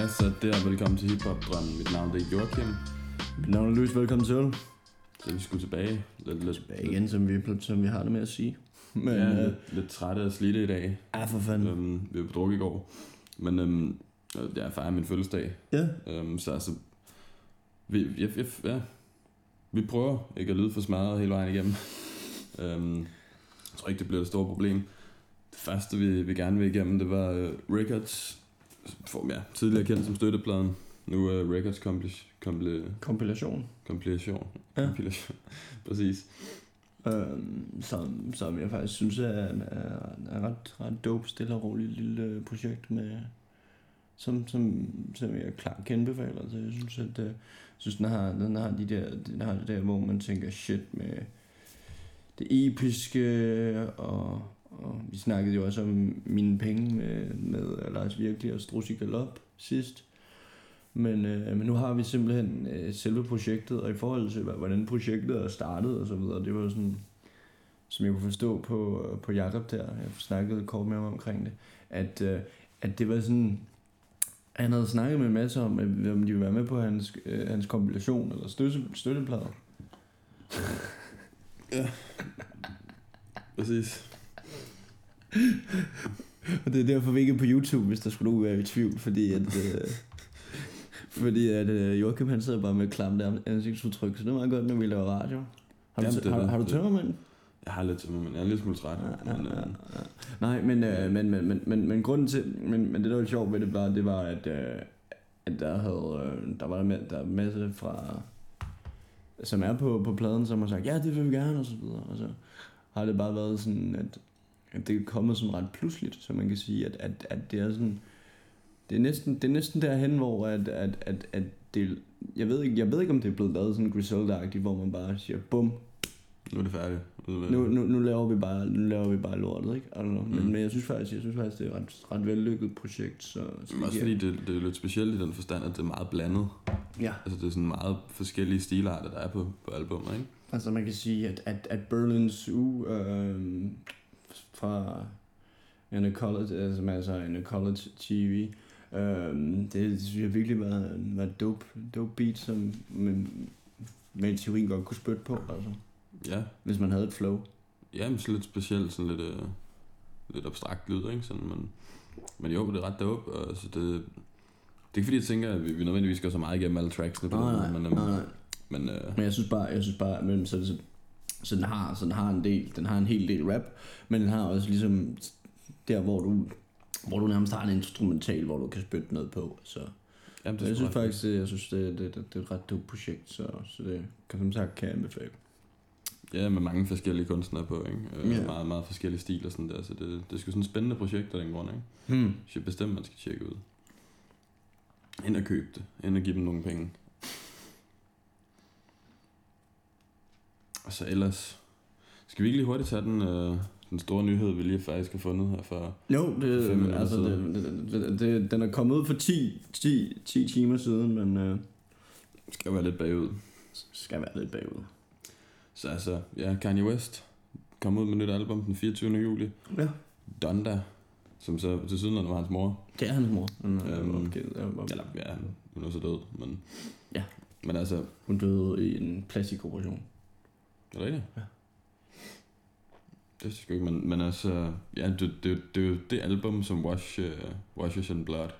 Så det er velkommen til Hip Hop Drømmen. Mit navn er Joachim. Mit navn er Louis, velkommen til. Så vi skulle tilbage. Tilbage igen, som vi har det med at sige. Men, lidt trætte og slidte i dag. Ja, for fanden. Vi var på druk i går. Men jeg fejrer min fødselsdag. Ja. Så altså, vi prøver ikke at lyde for smadret hele vejen igennem. Jeg tror ikke, det bliver et stort problem. Det første, vi gerne vil igennem, det var Records. Tidligere kendt som Støttepladen. Nu er Records Kompilation. Ja. Præcis. Som jeg faktisk synes er ret dope, stille og roligt lille projekt med, som jeg klart kan anbefale. Altså, jeg synes, at den har det der, hvor man tænker shit med det episke, og vi snakkede jo også om Mine Penge med Lars Virkelig og Strussi Galop sidst. Men nu har vi simpelthen selve projektet, og i forhold til, hvordan projektet er startet og så videre, det var sådan, som jeg kunne forstå på Jakob der, jeg snakkede kort med ham omkring det, at det var sådan, han havde snakket med en masse om de ville være med på hans kompilation, eller støtteplader. Ja, præcis. Og det er derfor, vi ikke er på YouTube, hvis der skulle være i tvivl, fordi Joachim han sidder bare med klamt ansigtsudtryk, så det er meget godt, når vi laver radio. Har du tømmermænd? Jeg har lidt tømmermænd, jeg er lidt smule træt. Nej, men grunden til, men det der var sjovt ved det var, at der var en masse fra, som er på pladen, som har sagt, ja, det vil vi gerne, og så videre. Og så har det bare været sådan, at det er kommet sådan ret pludseligt, så man kan sige, at det er sådan, det er næsten derhen, hvor at det, jeg ved ikke om det er blevet lavet sådan Griselda-agtigt, hvor man bare siger bum, nu er det færdigt. Nu laver vi bare lortet, ikke? Men jeg synes faktisk det er et ret vellykket projekt, så også fordi det er lidt specielt i den forstand, at det er meget blandet. Ja. Altså det er sådan meget forskellige stilarter, der er på albumet, ikke? Altså man kan sige at Berlins fra en college, altså en college TV, det synes jeg virkelig var dope beat, som med en teori godt kunne spytte på, altså. Ja. Hvis man havde et flow. Ja, men så lidt specielt, sådan lidt abstrakt lyd, ikke? Sådan, men jo, det er ret dope, og så det er ikke fordi, jeg tænker, at vi nødvendigvis går så meget igennem alle tracksene på den. Men jeg synes bare, men så den har en hel del rap, men den har også ligesom der, hvor du nærmest har en instrumental, hvor du kan spytte noget på, så. Jamen, jeg synes faktisk, det er et ret dope projekt, så det kan som sagt kan jeg anbefale. Ja, med mange forskellige kunstnere på, ikke? Yeah. Meget, meget forskellige stiler og sådan der, så det er sgu sådan et spændende projekt af den grund, ikke? Så jeg bestemt, man skal tjekke ud. Ind og købe det, ind og give dem nogle penge. Og så ellers, skal vi ikke lige hurtigt tage den store nyhed, vi lige faktisk har fundet her for. Jo, den er kommet ud for 10 timer siden, men skal være lidt bagud. Så altså, ja, Kanye West kom ud med et nyt album den 24. juli. Ja. Donda, som så til siden var hans mor. Det er hans mor. Ja, hun er så død, men. Ja. Men altså. Hun døde i en plastikoperation. Er det rigtigt? Ja. Det skal ikke, men altså, ja, det er jo det album, som Wash and Blood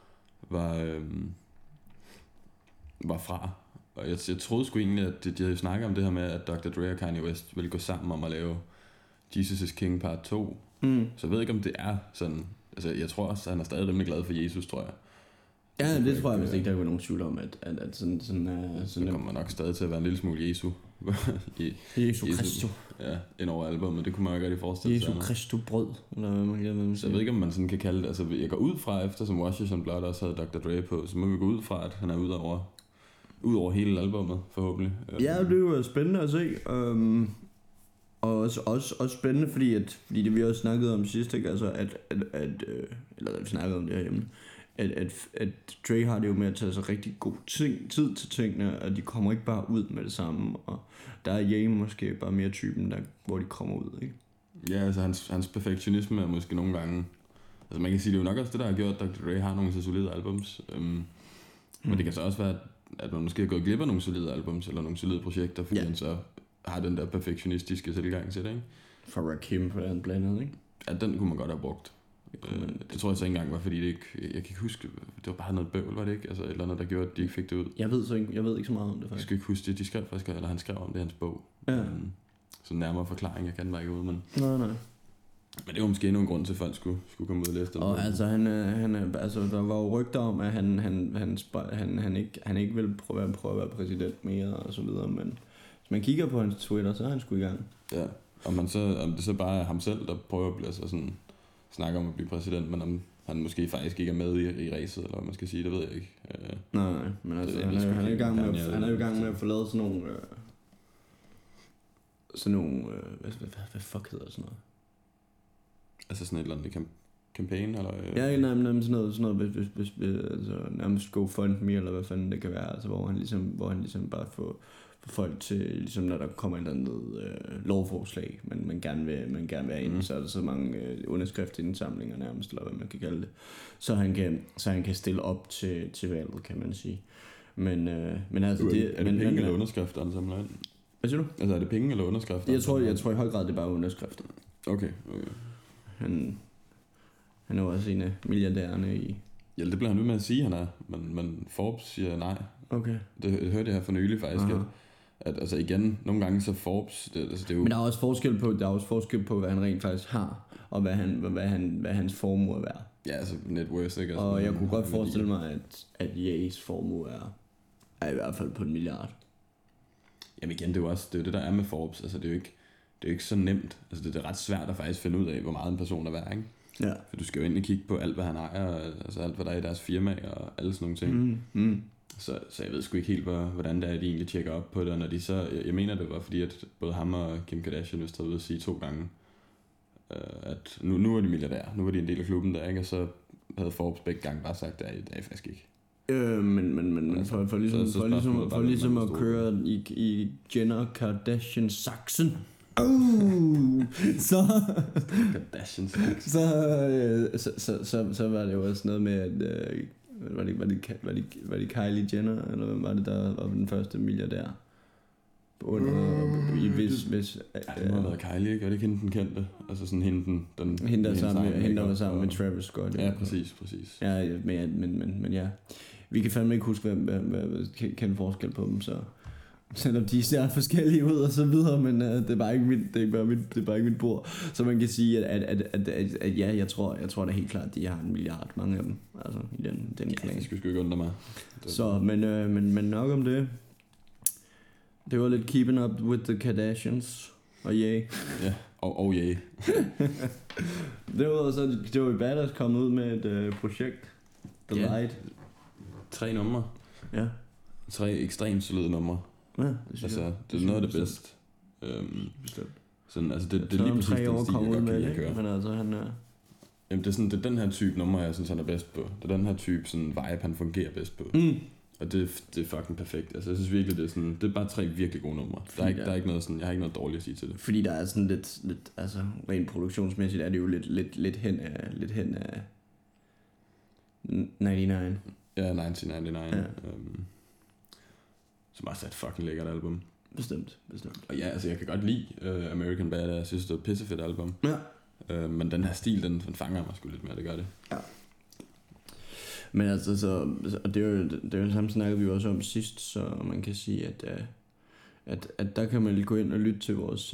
var fra. Og jeg troede sgu egentlig, at de havde snakket om det her med, at Dr. Dre og Kanye West ville gå sammen om at lave Jesus is King part 2. Så jeg ved ikke, om det er sådan. Altså, jeg tror også, at han er stadig rimelig glad for Jesus, tror jeg. Ja, det tror jeg vist ikke, der er nogen tvivl om, at sådan det kommer nok stadig til at være en lille smule Jesu. Jesu Kristo. Ja, ind over albumet, det kunne man jo ikke rigtig forestille sig. Jesu Kristo brød, eller hvad man kan sige. Så jeg ved ikke, om man sådan kan kalde det. Altså, jeg går ud fra, efter som Wash and Blood også havde Dr. Dre på, så må vi gå ud fra, at han er ud over hele albumet, forhåbentlig. Ja, det er jo spændende at se. Og også spændende, fordi det vi også snakkede om sidst, ikke? Altså, eller vi snakkede om det herhjemme, at Dre har det jo med at tage sig rigtig god tid til tingene, og de kommer ikke bare ud med det samme, og der er Ye måske bare mere typen, hvor de kommer ud, ikke? Ja, altså hans perfektionisme er måske nogle gange Altså man kan sige, det er jo nok også det, der har gjort, at Dr. Dre har nogle så solide albums. Men det kan så også være, at man måske har gået glip af nogle solide albums, eller nogle solide projekter, fordi han så har den der perfektionistiske tilgang til det, ikke? For Rakim på den blandet, ikke? Ja, den kunne man godt have brugt. Det tror jeg så ikke engang var, fordi det ikke, jeg kan ikke huske, det var bare noget bøvl, var det ikke? Altså et eller andet, der gjorde, at de ikke fik det ud. Jeg ved ikke så meget om det, faktisk. Jeg skal ikke huske det, de skrev faktisk, eller han skrev om det i hans bog. Ja. Så nærmere forklaring, jeg kan bare ikke ud, men... Nej. Men det var måske endnu en grund til, at folk skulle komme ud og læse den. Og altså, altså, der var jo rygter om, at han ikke ville prøve at være præsident mere, og så videre, men hvis man kigger på hans Twitter, så er han sgu i gang. Ja, om det så bare er ham selv, der prøver at blive sådan, snakke om at blive præsident, men om han måske faktisk ikke er med i racet, eller hvad man skal sige, det ved jeg ikke. Nej, men altså, han er jo i gang med at få lavet sådan nogle, hvad fuck hedder sådan noget? Altså sådan et eller andet campaign, eller... Ja, nærmest sådan noget hvis altså, nærmest GoFundMe, eller hvad fanden det kan være, altså, hvor han ligesom bare får folk til, ligesom når der kommer et eller andet lovforslag, man gerne vil have ind, så er der så mange underskriftsindsamlinger nærmest, eller hvad man kan kalde det, så han kan stille op til valget, kan man sige. Men altså det... Er det penge eller underskrifter, han samler ind? Hvad siger du? Altså er det penge eller underskrifter? Jeg tror i høj grad, det er bare underskrifter. Okay. Han er jo også en af milliardærerne i... Ja, det bliver han ved med at sige, han er, men Forbes siger nej. Okay. Det hørte jeg her for nylig faktisk, at altså igen, nogle gange så Forbes... Det er jo... Men der er også forskel på, hvad han rent faktisk har, og hvad hans formue er værd. Ja, altså net worth, ikke? Altså, og jeg kunne godt forestille mig, at Ye's formue er i hvert fald på 1 milliard. Jamen igen, det er jo også det der er med Forbes. Altså det er jo ikke så nemt. Altså det er ret svært at faktisk finde ud af, hvor meget en person er værd, ikke? Ja. For du skal jo egentlig kigge på alt, hvad han ejer, altså alt, hvad der er i deres firma og alle sådan nogle ting. Så jeg ved sgu ikke helt, hvordan det er, at de egentlig tjekker op på det. Og når de så, jeg mener det var fordi, at både ham og Kim Kardashian vist havde ude at sige 2 gange, at nu er de milliardær, nu var de en del af klubben der, ikke? Og så havde Forbes begge gange bare sagt, at det er faktisk ikke. Men for ligesom at køre i Jenner Kardashian-saksen. Så var det jo også noget med, at var det Kylie Jenner, eller hvem var det, der var den første milliardær? Det må have været Kylie, ikke? Er det ikke hende den kendte? Altså sådan hende der var sammen med Travis Scott. Ja, præcis. Ja, men ja. Vi kan fandme ikke huske, hvad kende forskel på dem, så... Selvom de ser forskellige ud og så videre, men det er bare ikke mit bord. Så man kan sige, at ja, jeg tror da helt klart, at de har 1 milliard, mange af dem, altså i den klan. Det skulle ikke undre mig. Så, men nok om det. Det var lidt keeping up with the Kardashians og Ye. Ja, og Ye. Det var så Joey Badass kommet ud med et projekt, The Light. 3 numre. Ja. 3 ekstremt solide numre. Ja, det er noget af det bedste. Sådan, altså det er lige præcis den stil, jeg godt kan lide at køre. Men altså, Jamen, det er den her type nummer, jeg synes, han er bedst på. Det er den her type sådan, vibe, han fungerer bedst på. Og det er fucking perfekt. Altså, jeg synes virkelig, det er bare 3 virkelig gode numre. Der er ikke noget sådan, jeg har ikke noget dårligt at sige til det. Fordi der er sådan lidt altså, rent produktionsmæssigt er det jo lidt hen af 99. Ja, 1999. Ja. Som også er et fucking lækkert album. Bestemt. Og ja, altså jeg kan godt lide American Badass. Jeg synes, det er et pissefedt album. Ja. Men den her stil, den fanger mig sgu lidt mere, det gør det. Ja. Men altså, og det er jo samme snakkede vi jo også om sidst, så man kan sige, at der kan man lige gå ind og lytte til vores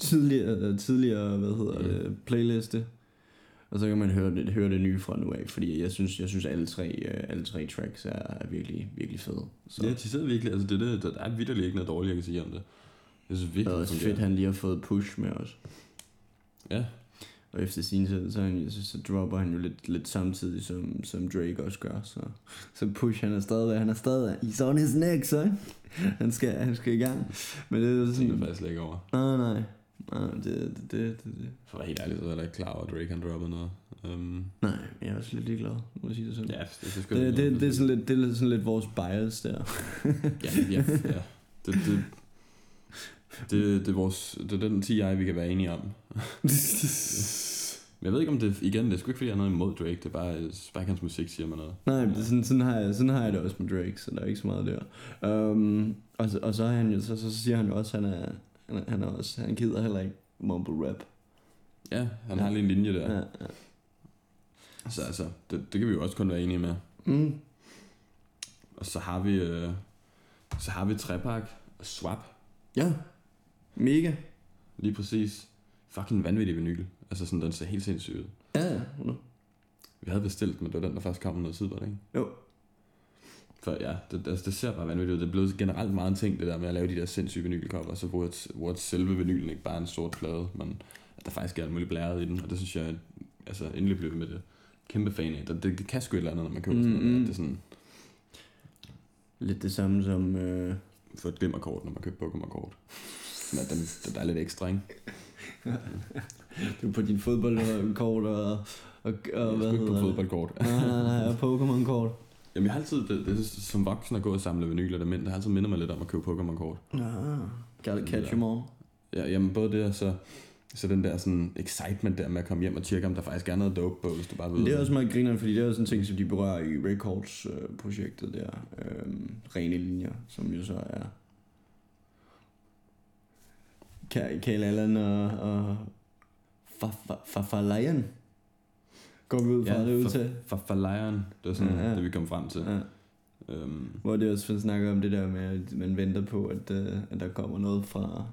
tidligere playliste. Og så kan man høre det nye fra nu af, fordi jeg synes alle tre tracks er virkelig, virkelig fede. Så. Ja, de sidder virkelig, altså der er vitterligt ikke noget dårligt, jeg kan sige om det. Jeg synes virkelig, det er også fedt, han lige har fået Push med os. Ja. Og efter sin så dropper han jo lidt samtidig, som Drake også gør. Så Push, han er stadig, he's on his neck, så han skal i gang. Men det er sådan... Det er faktisk ikke over. Nej. Det. For at være helt ærligt, så er jeg ikke klar over, at Drake han droppede noget. Nej, jeg er også lidt ligeglad, må jeg sige det sådan. Ja, det er sådan lidt vores bias der. ja. Det er den TI, vi kan være enige om. Men jeg ved ikke om det, igen, det er sgu ikke fordi jeg har noget imod Drake, det er bare ikke hans musik siger mig noget. Nej, det, sådan har jeg det også med Drake, så der er ikke så meget der. Og så, er han jo, så siger han jo også, han gider heller ikke mumble rap. Ja, han har lige en linje der. Ja. Så altså, det kan vi jo også kun være enige med. Og så har vi Trepak og Swap. Ja, mega. Lige præcis. Fucking vanvittig vinyl. Altså sådan, den ser helt sindssygt ud. Ja. Vi havde bestilt, men det var den, der først kom noget tid på det, ikke? Jo. For ja, det ser bare vanvittigt ud. Det er blevet generelt meget en ting, det der med at lave de der sindssyge vinylcover, så hvor selve vinylen ikke bare er en sort plade, men at der faktisk er alt muligt blæret i den, og det synes jeg, altså endelig blev med det kæmpe fan af. Det kan sgu et eller andet, når man køber sådan noget. Det er sådan lidt det samme som... For et glimmerkort, når man køber Pokémon-kort. Der er lidt ekstra, ikke? Du er på din fodboldkort og hvad hedder det? På fodboldkort. Nej, Pokémon-kort. Jamen jeg har altid, det er som voksen at gå og samle vinyler, der har altid mindet mig lidt om at købe Pokémon-kort. Gotta catch them all. Ja, jamen både det og så den der sådan excitement der med at komme hjem og tjekke, om der faktisk er noget dope på, hvis du bare ved. Det er også meget grineren, fordi det er sådan en ting, som de berører i Records-projektet der. Rene linjer, som jo så er Kyle Allen og Fafalayan. Går vi ud fra det ud til? Fafalayan, det var sådan det vi kom frem til. Ja. Hvor det også snakker om det der med, at man venter på, at der kommer noget fra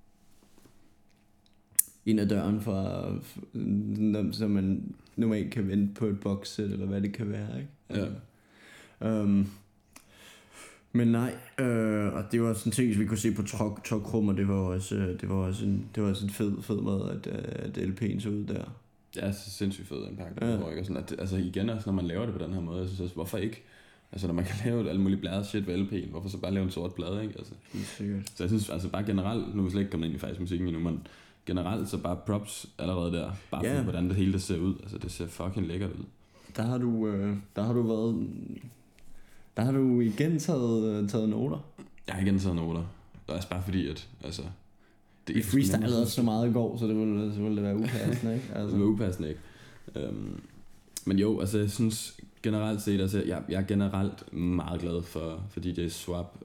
ind ad døren fra, så man normalt kan vente på et boxset, eller hvad det kan være, ikke? Ja. Men nej, og det var sådan en ting, vi kunne se på Tokrum, og det var også en fed måde, at LP'en så ud der. Ja, det er sindssygt fed indpakning. Ja. Sådan, at altså igen også, når man laver det på den her måde, jeg synes også, hvorfor ikke? Altså når man kan lave alt muligt blæret shit ved LP'en, hvorfor så bare lave en sort plade, ikke? Altså, så jeg synes altså bare generelt, nu er vi slet ikke kommet ind i faktisk musikken endnu, men generelt så bare props allerede der, bare for hvordan det hele det ser ud. Altså det ser fucking lækkert ud. Der har du igen taget noter. Jeg har igen taget noter. Det er også bare fordi, at altså... Det freestylede også så meget i går, så det ville være upassende, ikke? Altså. Det var upassende, ikke? Men jo, altså jeg synes generelt set, altså jeg er generelt meget glad for DJ Swap.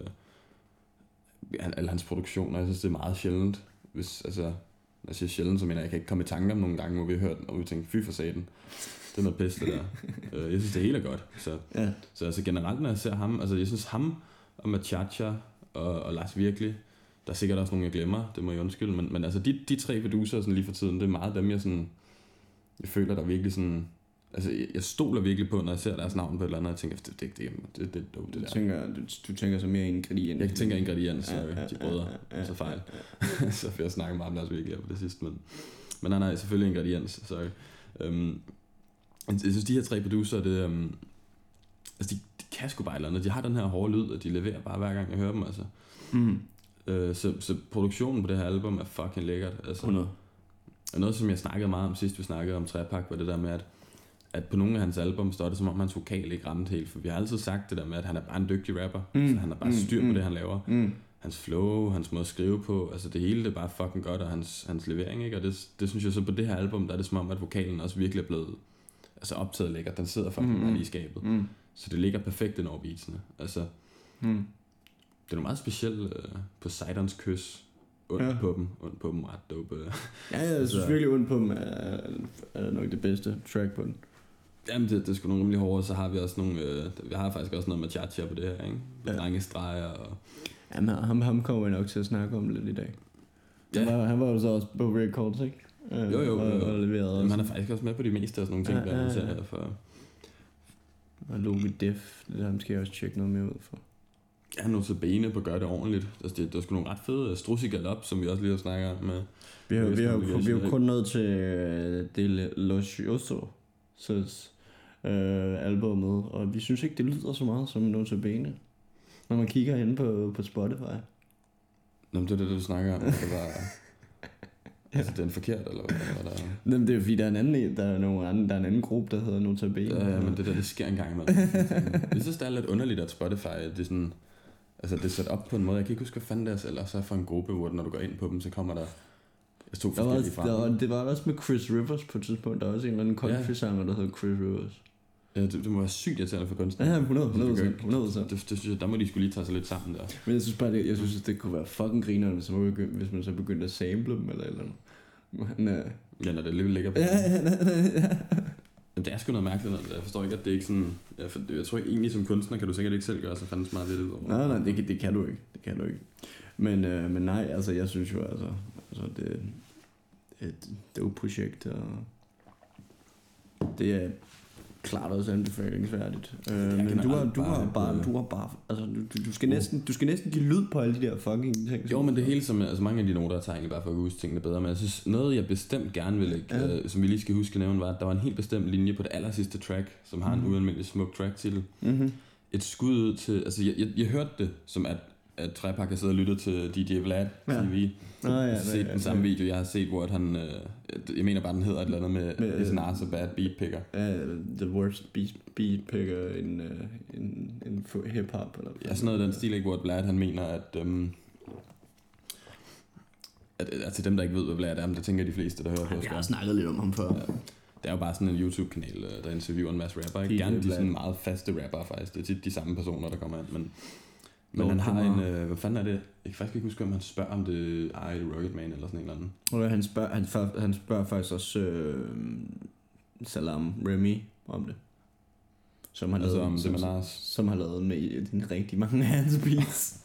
Alle hans produktioner, jeg synes det er meget sjældent. Når jeg siger sjældent, så mener jeg kan ikke komme i tanke om nogle gange, hvor vi har hørt, og vi tænker, fy for satan. Det er noget pisse, det der. Jeg synes, det hele er godt. Så altså generelt, når jeg ser ham, altså jeg synes ham og Machacha og Lars Virkelig, der er sikkert også nogle, jeg glemmer, det må jeg undskylde, men altså de tre producer sådan lige for tiden, det er meget dem, jeg føler, der virkelig sådan, altså jeg stoler virkelig på, når jeg ser deres navn på et eller andet, og jeg tænker, det er dope, det der. Du tænker så mere ingrediens. Jeg tænker ingrediens, de brødre, så fejl. Så får jeg snakket meget om Lars Virkelig på det sidste, men nej, selvfølgelig ingrediens, sorry. Jeg synes, de her tre producer, det, altså de kan sgu bare et eller andet. De har den her hårde lyd, og de leverer bare hver gang, jeg hører dem, altså. Så produktionen på det her album er fucking lækkert. Altså. 100. Og noget, som jeg snakkede meget om sidst, vi snakkede om Trepak, var det der med, at på nogle af hans album står det, som om hans vokal ikke ramte helt. For vi har altid sagt det der med, at han er bare en dygtig rapper. Så han har bare styr på det, han laver. Hans flow, hans måde at skrive på, altså det hele, det er bare fucking godt, og hans levering, ikke? Og det synes jeg så på det her album, der er det som om, at vokalen også virkelig er blevet optaget lækkert. Den sidder fucking lige i skabet. Så det ligger perfekt ind over beatsene. Altså, det er noget meget specielt på Seidons kys. Ondt på dem, ret dope. Ja, jeg synes virkelig ondt på dem er nok det bedste track på den. Jamen, det er sgu nogle rimelig hårde, så har vi også nogle, vi har faktisk også noget Machacha på det her, ikke? Drengestreger og... Jamen, ham kommer jeg nok til at snakke om lidt i dag. Ja. Han var jo så også på Records, ikke? Jo. Og leveret jamen, han er faktisk også med på de meste af sådan nogle ting, der ser her for... Og Logi Def, det ham skal jeg også tjekke noget mere ud for. Ja, nu så bene på at gøre det ordentligt. Altså, det er sgu nogle ret fede strus i galop, som vi også lige har snakket om med. Vi har jo kun nået til Det Logioso albumet, og vi synes ikke, det lyder så meget som Notabene, når man kigger ind på Spotify. Nå, men det er det, du snakker om. Det var... Altså, det er en forkert, eller hvad der er? Jamen, det er fordi, der er en anden gruppe, der hedder Notabene. Ja, men det sker engang imellem. Jeg synes, det er lidt underligt, at Spotify, det er sådan... Altså, det er sat op på en måde, jeg kan ikke huske, hvad fanden det er, eller så er for en gruppe, hvor når du går ind på dem, så kommer der To forskellige fra. Det var også med Chris Rivers på et tidspunkt. Der er også en eller anden country-sanger, der hedder Chris Rivers. Ja, det må være sygt irriterende for kunstnere. Ja, 100%. Det synes jeg, der må de skulle lige tage sig lidt sammen der. Men jeg synes bare, det kunne være fucking grinerne, hvis man så begyndte at sample dem eller andet. Men, ja, når det ligger på. Jamen, det er sgu noget mærkeligt, jeg forstår ikke, at det ikke sådan... Jeg tror egentlig, som kunstner kan du sikkert ikke selv gøre så fandens meget ved det. Nej, det kan du ikke. Men nej, altså, jeg synes jo, altså det er et dope projekt, og det er klart også anbefalingsværdigt. Men du har bare, altså, du skal næsten give lyd på alle de der fucking ting. Jo, men det hele som, altså mange af de noter, jeg tager egentlig bare for at huske tingene bedre, men jeg synes, noget jeg bestemt gerne vil lægge, som vi lige skal huske at nævne, var, at der var en helt bestemt linje på det allersidste track, som har en ualmindelig smuk track-titel. Et skud ud til, altså jeg hørte det, som at Trepak har siddet og lyttet til DJ Vlad TV. Jeg har set den samme video, jeg har set, hvor han, jeg mener bare, den hedder et eller andet med It's Nas a bad beat picker. The worst beat picker in hip-hop. Eller ja, sådan noget af den stil, ikke, hvor Vlad han mener, at til dem, der ikke ved, hvad Vlad er, men det tænker de fleste, der hører på. Jeg har snakket lidt om ham før. Ja. Det er jo bare sådan en YouTube-kanal, der interviewer en masse rapper. Ikke? Gerne de sådan meget faste rapper, faktisk. Det er tit de samme personer, der kommer ind, men han har en, hvad fanden er det? Jeg kan faktisk ikke huske, om han spørger om det er Rocketman eller sådan en eller anden. Han spørger faktisk også Salam Remy om det. Som har lavet, som har lavet med en rigtig mange af hans beats.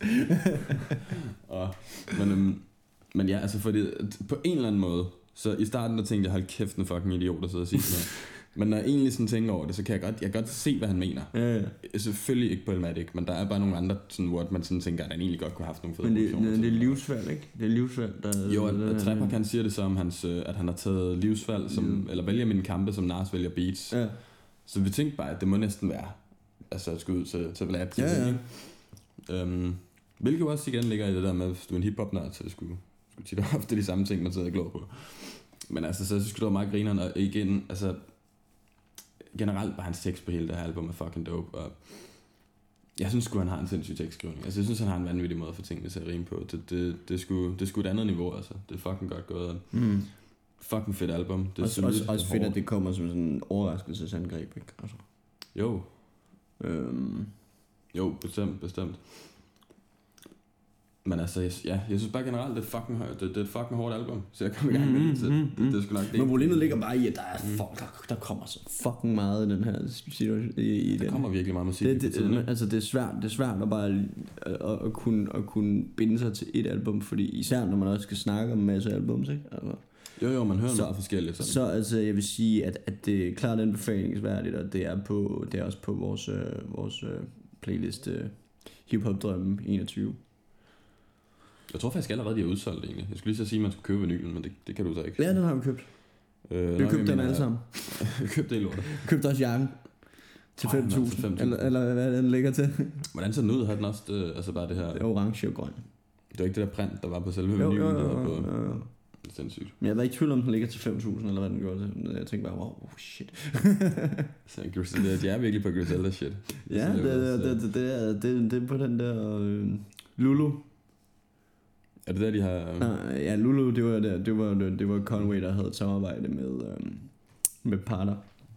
Men ja, altså fordi på en eller anden måde, så i starten der tænkte jeg, hold kæft, en fucking idiot at sidde og sige sådan noget. Men når jeg egentlig sådan tænker over det, så kan jeg kan godt se, hvad han mener. Ja. Selvfølgelig ikke på Elmatic, men der er bare nogle andre, sådan, hvor man sådan tænker, at han egentlig godt kunne have haft nogle fede funktioner. Men det er livsvalg, ikke? Det er livsvalg, der... Jo, at Trepak kan sige det som, at han har taget livsvalg, som, eller vælger mine kampe, som Nas vælger beats. Ja. Så vi tænkte bare, at det må næsten være, altså at skulle ud til Vlad. Ja. Hvilket jo også igen ligger i det der med, hvis du er en hiphop-nørd, så det skulle tit ofte de samme ting, man sidder og glor på. Men altså, så synes jeg, det var meget grineren, og igen, altså... Generelt var hans tekst på hele det her album er fucking dope, og jeg synes sgu, han har en sindssyg tekstskrivning. Altså, jeg synes, han har en vanvittig måde at få tingene til at rime på. Det er sgu et andet niveau, altså. Det er fucking godt gået. Fucking fedt album. Det er også fedt, at det kommer som sådan en overraskelsesangreb, ikke? Altså. Jo. Jo, bestemt. Men altså, jeg synes bare generelt, det er et fucking hårdt album. Så jeg kommer i gang med det. Det er sgu nok det. Men problemet ligger bare i, at der er folk, der kommer så fucking meget i den her situation. Der kommer virkelig meget musik. Altså, det er svært at bare at kunne binde sig til et album, fordi især når man også skal snakke om en masse albums, ikke? Altså, jo, man hører meget forskelligt. Sådan. Så altså, jeg vil sige, at det er klart anbefalingsværdigt, og det er også på vores playlist Hip-Hop Drømme 21. Jeg tror faktisk allerede, de er udsolgt egentlig. Jeg skulle lige så sige, at man skulle købe vinylen, men det kan du så ikke. Ja, den har vi købt. Vi har købt den alle sammen. Vi købte det i lortet. Vi købte også jakken til 5.000, eller hvad den ligger til. Hvordan så den ud? Har den også altså bare det her... Det er orange og grøn. Det var ikke det der print, der var på selve vinylen. Jo. Det er sindssygt. Men jeg var ikke i tvivl om, den ligger til 5.000, eller hvad den gjorde til. Jeg tænkte bare, wow, shit. Så det er virkelig på Griselda shit. Ja, det er på den der Lulu. Er det der, de har... Ja, Lulu, det var Conway, der havde et samarbejde med Parter.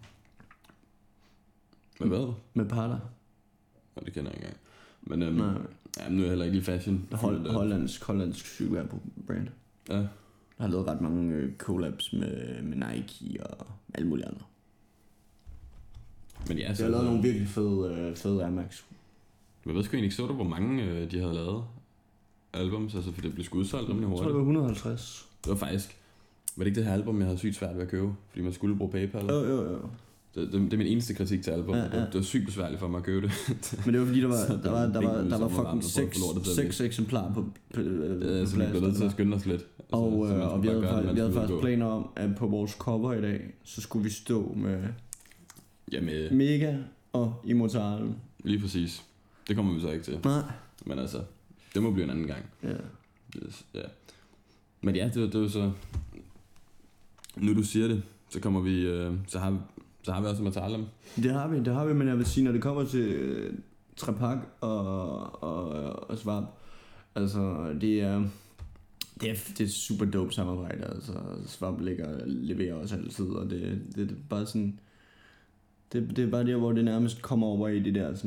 Med hvad? Med Parter. Ja, det kender jeg ikke engang. Men nu er jeg heller ikke i fashion. Hollandsk cykelwear-brand. Ja. Der har lavet ret mange collabs med Nike og alle mulige andre. Men ja, så... Jeg har lavet nogle virkelig fede Air Max. Men ved sgu egentlig ikke, så du, hvor mange de havde lavet? Albums, altså for det blev udsolgt rimelig hurtigt. Jeg tror, det var 150. Det var faktisk... Var det ikke det her album, jeg havde sygt svært ved at købe? Fordi man skulle bruge PayPal? Jo. Det er min eneste kritik til album. Ja. Det var sygt besværligt for mig at købe det. Men det var fordi, der var fucking 6 eksemplarer på så vi blev nødt til at skynde os lidt. Og vi havde faktisk planer om, at på vores cover i dag, så skulle vi stå med Mega og Immortalen. Lige præcis. Det kommer vi så ikke til. Nej. Men altså... Det må blive en anden gang. Ja. Men ja, det var så... Nu du siger det, så kommer vi... Så har vi også Matalem. Det har vi, men jeg vil sige, når det kommer til Trepak og Svab, altså det er Det er super dope samarbejde, altså Svamp leverer også altid, og det er bare sådan, det er bare der, hvor det nærmest kommer over i det der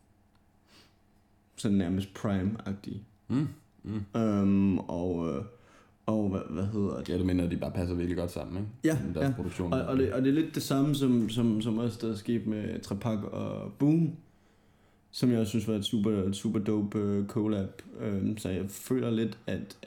sådan nærmest prime-agtige. Og hvad hedder det? Ja, du mener, at de bare passer virkelig godt sammen, ikke? Ja, deres produktion. Og det er lidt det samme som også der er sket med Trepak og Boom, som jeg også synes var et super dope collab. Så jeg føler lidt,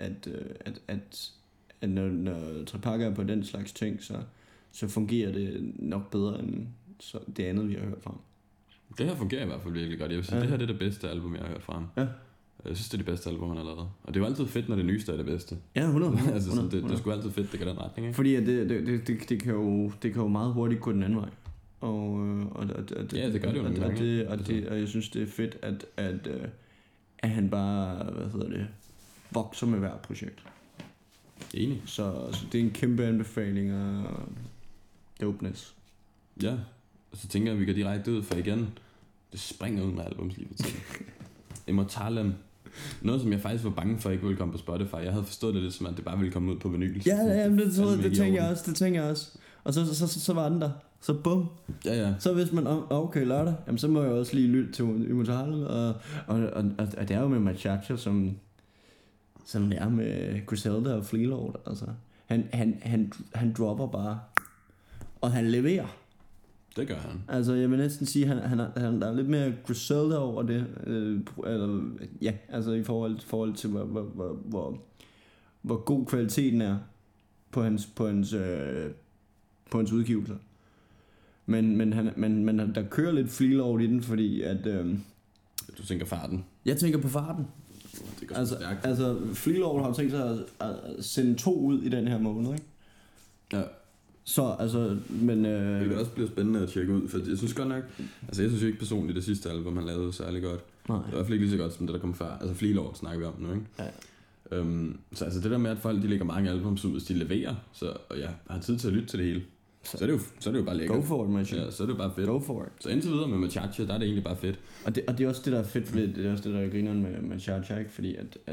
at når Trepak er på den slags ting, så fungerer det nok bedre end det andet, vi har hørt fra ham. Det her fungerer i hvert fald virkelig godt. Jeg vil sige, det her det er det bedste album, jeg har hørt fra ham. Ja. Jeg synes, det er det bedste album, han har lavet. Og det er jo altid fedt, når det nyeste er det bedste. Ja, 100%. Altså, sådan, det er sgu altid fedt, det går den retning, ikke? Fordi at det kan jo meget hurtigt gå den anden vej. Ja, det gør det jo nogle gange. Og jeg synes, det er fedt, at han bare, vokser med hver projekt. Enig. Så det er en kæmpe anbefaling af dopeness. Ja, og så tænker jeg, at vi går direkte ud, for igen, det springer ud med albums lige på tiden. Immortalem. Noget, som jeg faktisk var bange for, ikke ville komme på Spotify. Jeg havde forstået det lidt som, at det bare ville komme ud på vinyl. Ja, det tænker jeg også. Og så var den der. Så bum. Ja. Så hvis man, okay, lørdag, jamen så må jeg også lige lytte til Immortalem. Og det er jo med Machacha, som det er med Griselda og Fleelord. Altså, han dropper bare. Og han leverer. Det gør han. Altså, jeg vil næsten sige, han der er lidt mere Griselda over det. Altså i forhold til, hvor god kvaliteten er på hans udgivelser. Men der kører lidt Fleelord i den, fordi at... Du tænker farten? Jeg tænker på farten. Det altså Fleelord har tænkt sig at sende 2 ud i den her måned, ikke? Ja. Så altså, men... Det vil også blive spændende at tjekke ud, for jeg synes godt nok... Altså jeg synes jo ikke personligt, det sidste album, han lavede særlig godt. Nej. Det var i hvert fald ikke lige så godt, som det der kom før. Altså Fleelord snakker vi om nu, ikke? Ja. Så altså det der med, at folk de lægger mange albums ud, hvis de leverer, og jeg har tid til at lytte til det hele, så er det jo bare lækkert. Go for it, Machacha. Ja, så er det jo bare fedt. Go for it. Så indtil videre med Machacha, der er det egentlig bare fedt. Og det er også det, der er fedt, fordi det er også det, der er grineren med Machacha, ikke? Fordi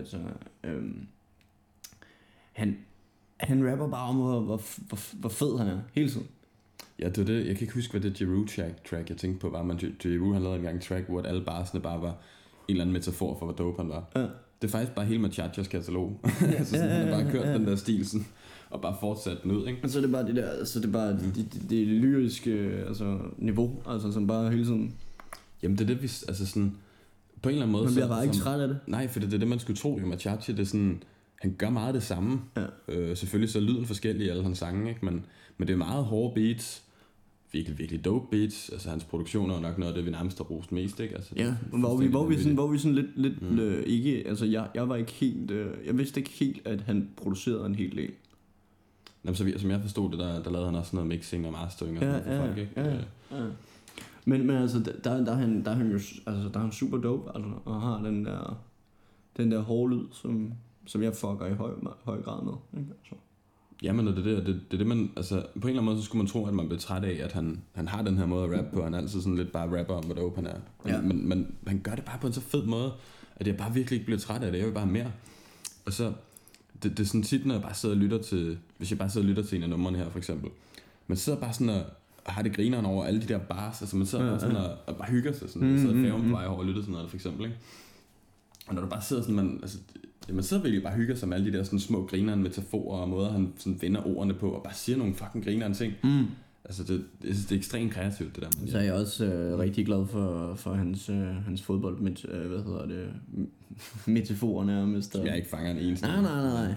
han rapper bare om, hvor fed han er, hele tiden. Ja, det er det. Jeg kan ikke huske, hvad det Jeru track jeg tænkte på var, men Jeru han lavede engang en track, hvor alle barsene bare var en eller anden metafor for, hvor dope han var. Ja. Det er faktisk bare hele Machachas katalog. Altså sådan, han har bare kørt den der stil sådan, og bare fortsat den ud, ikke? Og så er det bare det der, så det er bare det lyriske altså, niveau, altså som bare hele tiden... Jamen det er det, vi, altså sådan, på en eller anden måde... Man bliver bare ikke træt af det. Nej, for det er det, man skulle tro, jo Machacha, det er sådan... Han gør meget det samme. Ja. Selvfølgelig så er lyden forskellig i alle hans sange, ikke? Men det er meget hårde beats. Virkelig, virkelig dope beats. Altså hans produktion er nok noget af det, vi nærmest har rost mest, ikke? Altså, ja, hvor vi sådan lidt ikke... Altså jeg var ikke helt... jeg vidste ikke helt, at han producerede en hel del. Jamen, så som jeg forstod det, der lavede han også noget mixing og mastering og sådan noget for folk, ikke? Ja. Men altså, der er han jo... Altså, der er han super dope, altså, og har den der hårde lyd, som jeg fucker i høj grad med, ikke? Altså. Jamen, og det er det, man... Altså, på en eller anden måde, så skulle man tro, at man bliver træt af, at han har den her måde at rappe på. Han er altid sådan lidt bare rapper om, hvor dope han er. Ja. Men han gør det bare på en så fed måde, at jeg bare virkelig ikke bliver træt af det. Jeg vil bare mere. Og så... Det er sådan tit, når jeg bare sidder og lytter til... Hvis jeg bare sidder og lytter til en af numrene her, for eksempel. Man sidder bare sådan og har det grineren over alle de der bars. Altså, man sidder bare sådan og bare hygger sig. Sådan. Man sidder i færgen på vej over og lytter til noget, for eksempel, ikke? Og når du bare sidder sådan... Man sidder virkelig bare og hygger sig med alle de der sådan små grinerne metaforer og måder, han sådan vender ordene på, og bare siger nogle fucking grinerne ting. Altså, det er ekstremt kreativt, det der. Så er jeg også rigtig glad for hans fodbold, metaforer nærmest. Jeg ikke fanger en eneste. Nej.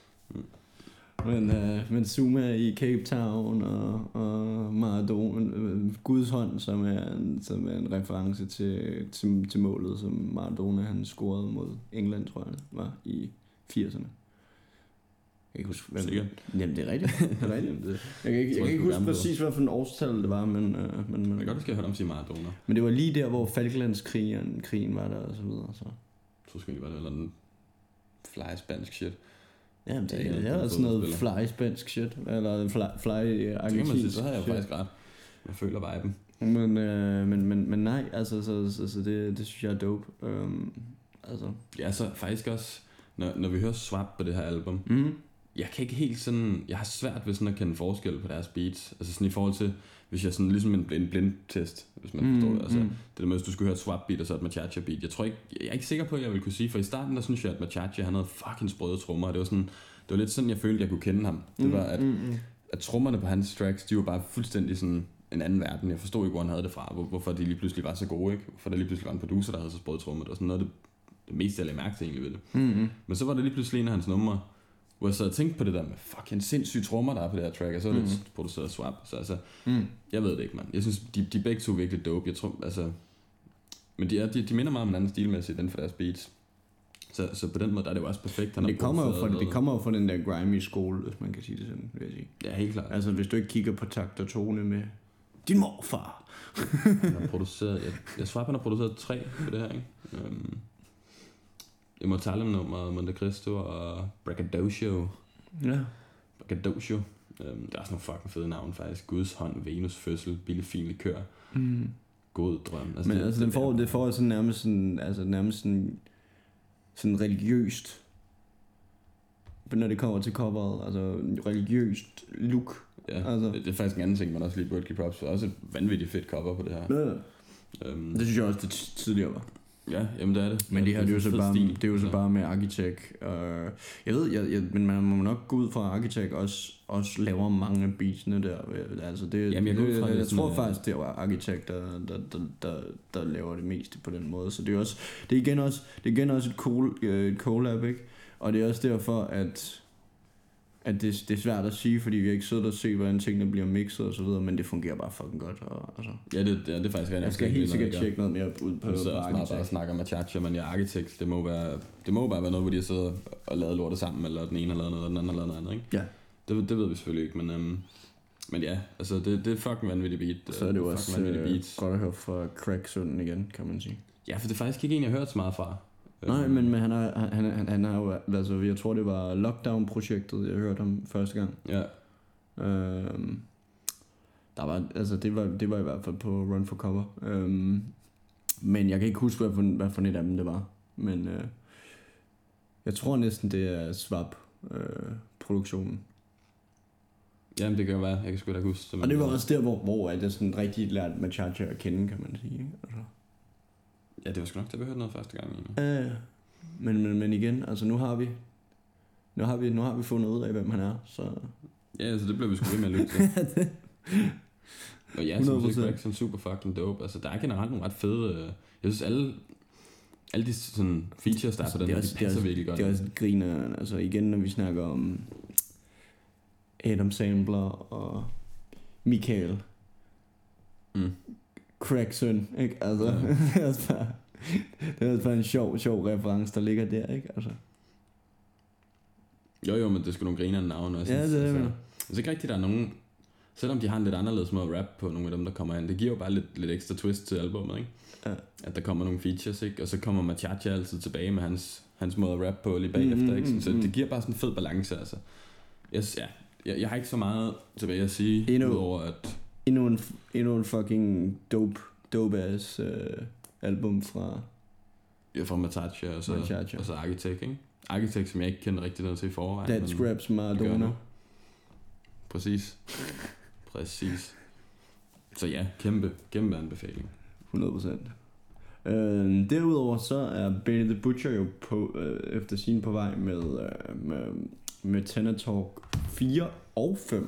Men Zuma i Cape Town og Maradona, Guds hånd, som er en reference til målet, som Maradona han scorede mod England, tror jeg, var i 80'erne. Jeg kan ikke huske, hvem. Sikkert. Jamen, det er rigtigt. Jeg kan ikke huske præcis, hvad for en årstal det var, men jeg kan godt, du skal høre om sige Maradona. Men det var lige der, hvor Falklandskrigen var der, og så videre. Så. Jeg tror sgu ikke, var det eller en fly spansk shit. Jamen, det er sådan noget fly spansk shit, eller fly argentinsk. Så havde jeg faktisk ret. Jeg føler viben. Men nej, altså så det synes jeg er dope. Altså. Ja, så faktisk også når vi hører Swap på det her album, jeg kan ikke helt sådan, jeg har svært ved sådan at kende forskel på deres beats, altså sådan i forhold til, hvis jeg sådan ligesom en blindtest, hvis man forstår det, altså det der med, hvis du skulle høre et Swap beat og så et Machacha beat, jeg er ikke sikker på, at jeg vil kunne sige, for i starten der synes jeg, at Machacha, han havde fucking sprøde trommer, og det var lidt sådan, jeg følte, jeg kunne kende ham, det var, at trommerne på hans tracks, de var bare fuldstændig sådan en anden verden, jeg forstod ikke, hvor han havde det fra, hvorfor de lige pludselig var så gode, ikke? Hvorfor der lige pludselig var en producer, der havde så sprøde trommer, det var sådan noget det meste, jeg lagde mærke til egentlig ved det. Men så var det lige pludselig en af hans numre, hvor jeg sad og tænkte på det der med fucking sindssyge trommer, der er på det her track, og så er det produceret Swap. Så altså, jeg ved det ikke, mand. Jeg synes, de begge to er virkelig dope. Jeg tror, altså, men de minder meget om en anden stilmæssigt, den for deres beats. Så på den måde, der er det jo også perfekt. Det kommer jo fra den der grimy skole, hvis man kan sige det sådan, vil jeg sige. Ja, helt klart. Altså, hvis du ikke kigger på takt og tone med din morfar. Han har produceret, Swap han har produceret 3 på det her, ikke? Immortalum-nummeret, Monte Cristo og Braggadocio. Ja. Braggadocio. Der er også nogle fucking fede navn faktisk. Guds hånd, Venus fødsel, Billig fin likør. God drøm. Altså, men altså, det får sådan nærmest sådan religiøst, når det kommer til coveret, altså religiøst look. Ja, altså. Det er faktisk en anden ting, man også lige burde give props for. Også et vanvittigt fedt cover på det her. Ja. Det synes jeg også, det tidligere var. Ja, jamen det er det. Men det her, det er jo så bare med Architect. Jeg ved, men man må nok gå ud fra, at Architect også laver mange af beatsene der. Altså det, jamen, jeg tror faktisk, det var Architect, der laver det meste på den måde. Så det er igen også et collab, ikke? Og det er også derfor, at det er svært at sige, fordi vi har ikke siddet og set, hvordan tingene bliver mixet og så videre, men det fungerer bare fucking godt. Og, altså. Ja, det er faktisk jeg skal helt sikkert tjekke noget mere ud på Architect. Jeg snakker med Machacha, men Architect, det må bare være noget, hvor de har siddet og lavet lortet sammen, eller den ene har lavet noget, og den anden har lavet noget andet, ikke? Ja. Det ved vi selvfølgelig ikke, men ja, altså det er fucking vanvittigt beat. Så er det jo også godt at høre fra Craig-sønnen igen, kan man sige. Ja, for det er faktisk ikke en, jeg har hørt så meget fra. Nej, men han har jo, altså jeg tror det var Lockdown-projektet, jeg hørte ham første gang. Ja. Der var, altså det var i hvert fald på Run for Cover. Men jeg kan ikke huske, hvad for et af dem det var. Men jeg tror næsten, det er Swap-produktionen. Jamen det kan jo være, jeg kan sgu da ikke huske. Og det var også der, hvor jeg sådan rigtig lærte Machacha at kende, kan man sige. Altså. Ja, det var sgu nok, det vi hørte noget første gang. Men igen, altså nu har vi fundet ud af, hvem han er, så... Ja, altså det bliver vi sgu ved med at lytte til. Og ja, som Music Rex er super fucking dope. Altså der er generelt nogle ret fede... Jeg synes alle de sådan features, der er på den her, de passer virkelig godt. Det er også et griner, altså igen, når vi snakker om Adam Sandler og Michael. Craig-søn, ikke? Altså, ja. det er også bare en sjov reference, der ligger der, ikke? Altså. Jo, men det er sgu nogle griner navn også. Ja, det er det. Altså ikke rigtigt, der er nogen... Selvom de har en lidt anderledes måde at rap på nogle af dem, der kommer ind, det giver jo bare lidt ekstra twist til albumet, ikke? Ja. At der kommer nogle features, ikke? Og så kommer Machacha altid tilbage med hans måde at rap på lige bagefter, ikke? Så det giver bare sådan en fed balance, altså. Jeg har ikke så meget tilbage at sige, udover at... Endnu en fucking dope-ass album fra... Ja, fra Machacha og så Architect, ikke? Architect, som jeg ikke kender rigtig noget til i forvejen. Dead Scraps Maradona. Præcis. Så ja, kæmpe anbefaling. 100%. Derudover så er Benny the Butcher jo efter sin på vej med Tenor Talk 4 og 5.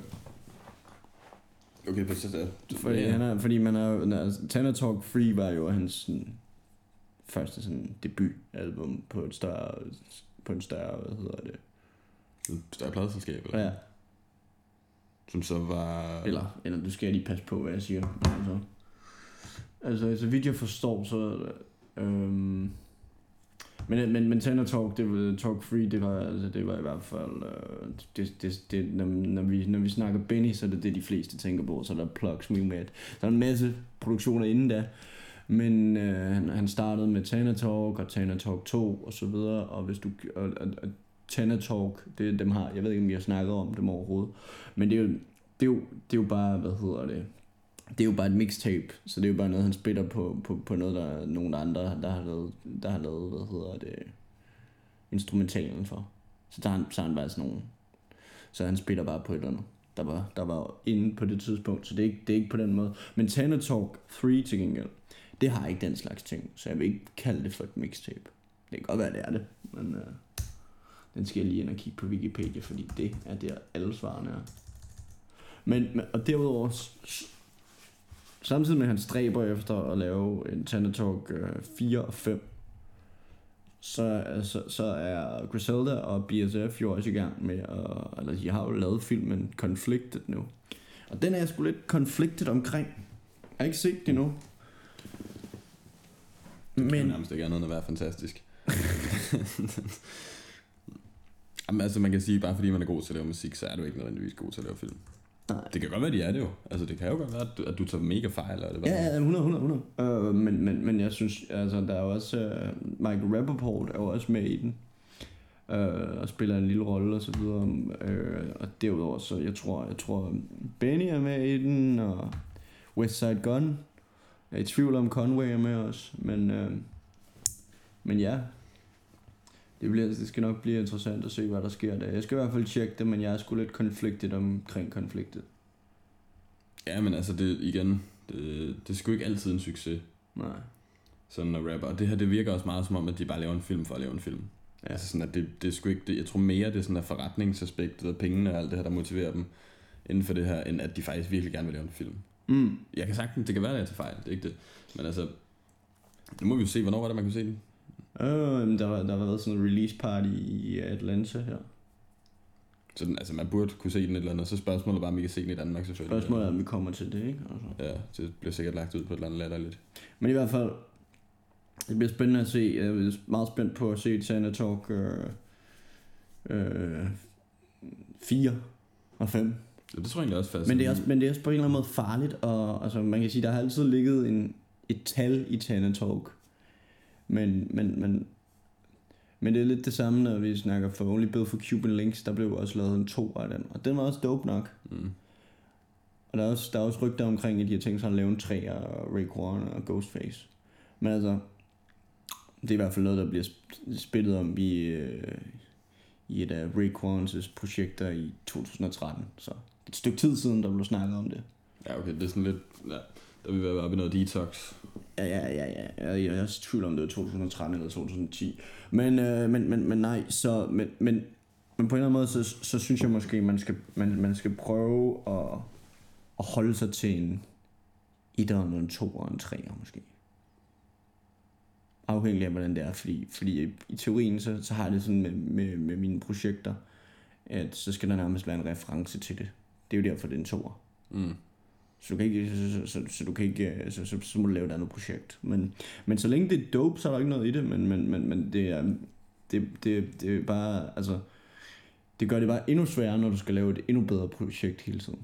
Okay, præcis det. Fordi man har Tenor Talk 3 var jo hans sådan, første sådan debutalbum på en større, hvad hedder det? Et større pladeselskab, eller? Ja. Som så var... Eller du skal lige passe på, hvad jeg siger. Altså så vidt jeg forstår, så... Men Tenor Talk, Talk Free, det var i hvert fald... når vi snakker Benny, så er det de fleste tænker på. Så er der Plugs Me Mad. Der er en masse produktioner inden da. Men han startede med Tenor Talk og Tenor Talk 2 og så videre. Og hvis du... Og Tenor Talk, dem har... Jeg ved ikke, om vi har snakket om dem overhovedet. Men det er jo bare... Hvad hedder det? Det er jo bare et mixtape, så det er jo bare noget, han spiller på noget, der er nogle andre, der har lavet, hvad hedder det, instrumentalen for. Så tager han bare sådan nogle, så han spiller bare på et eller andet, der var inde på det tidspunkt, så det er ikke på den måde. Men Tana Talk 3 til gengæld, det har ikke den slags ting, så jeg vil ikke kalde det for et mixtape. Det kan godt være, det er det, men den skal jeg lige ind og kigge på Wikipedia, fordi det er der alle svarene er. Men og derudover, samtidig med at han stræber efter at lave en Tana Talk 4 og 5, så er Griselda og BSF jo også i gang med eller de har jo lavet filmen Conflicted nu. Og den er jeg sgu lidt conflicted omkring. Jeg har ikke set det endnu. Men det kan nærmest ikke andet end at være fantastisk. Jamen, altså man kan sige, bare fordi man er god til at lave musik, så er du ikke nødvendigvis god til at lave film. Nej. Det kan godt være, de er det jo. Altså det kan jo godt være, at du tager mega fejl. Eller det ja, 100. Men jeg synes, altså der er jo også Michael Rappaport er jo også med i den. Og spiller en lille rolle og så videre. Og derudover så jeg tror Benny er med i den, og Westside Gun. Jeg er i tvivl om Conway er med også. Men ja, det skal nok blive interessant at se, hvad der sker der. Jeg skal i hvert fald tjekke det, men jeg er sgu lidt konfliktet omkring konfliktet. Ja, men altså det er sgu ikke altid en succes. Nej. Sådan at rapper. Og det her, det virker også meget som om, at de bare laver en film for at lave en film. Ja. Altså sådan, at det er sgu ikke det. Jeg tror mere, det er sådan, at forretningsaspektet og pengene og alt det her, der motiverer dem inden for det her, end at de faktisk virkelig gerne vil lave en film. Jeg kan sagtens, det kan være, at jeg tager fejl, det er ikke det. Men altså, nu må vi jo se, hvornår var det, man kunne se den? Der har været sådan en release party i Atlanta her. Så altså, man burde kunne se den et eller andet, så spørgsmålet bare, om vi kan se den i Danmark selvfølgelig. Spørgsmålet er, om vi kommer til det, ikke? Altså. Ja, det bliver sikkert lagt ud på et eller andet latterligt. Men i hvert fald, det bliver spændende at se. Jeg er meget spændt på at se Tana Talk 4 og 5. Ja, det tror jeg egentlig også fast. Men det er også på en eller anden måde farligt, og altså, man kan sige, der har altid ligget et tal i Tana Talk. Men det er lidt det samme, når vi snakker for Only Built for Cuban Links. Der blev også lavet en 2 af den, og den var også dope nok. Og der er også rygter omkring, at de har tænkt sig at lave en 3 af Raekwon og Ghostface. Men altså, det er i hvert fald noget, der bliver spillet om i et af Raekwons projekter i 2013. Så et stykke tid siden, der blev snakket om det. Ja, okay, det er sådan lidt... Ja, der vil være oppe i noget detox. Ja. Jeg er også i tvivl om det var 2013 eller 2010. Men nej, så... Men på en eller anden måde, så synes jeg måske, man skal prøve at holde sig til en 1'er, en 2'er og en 3'er måske. Afhængig af, hvordan det er. Fordi i teorien, så har det sådan med mine projekter, at så skal der nærmest være en reference til det. Det er jo derfor, det er en 2'er. Så du kan ikke, så må du lave et andet projekt. Men så længe det er dope, så er der ikke noget i det. Men det er bare, altså, det gør det bare endnu sværere, når du skal lave et endnu bedre projekt hele tiden.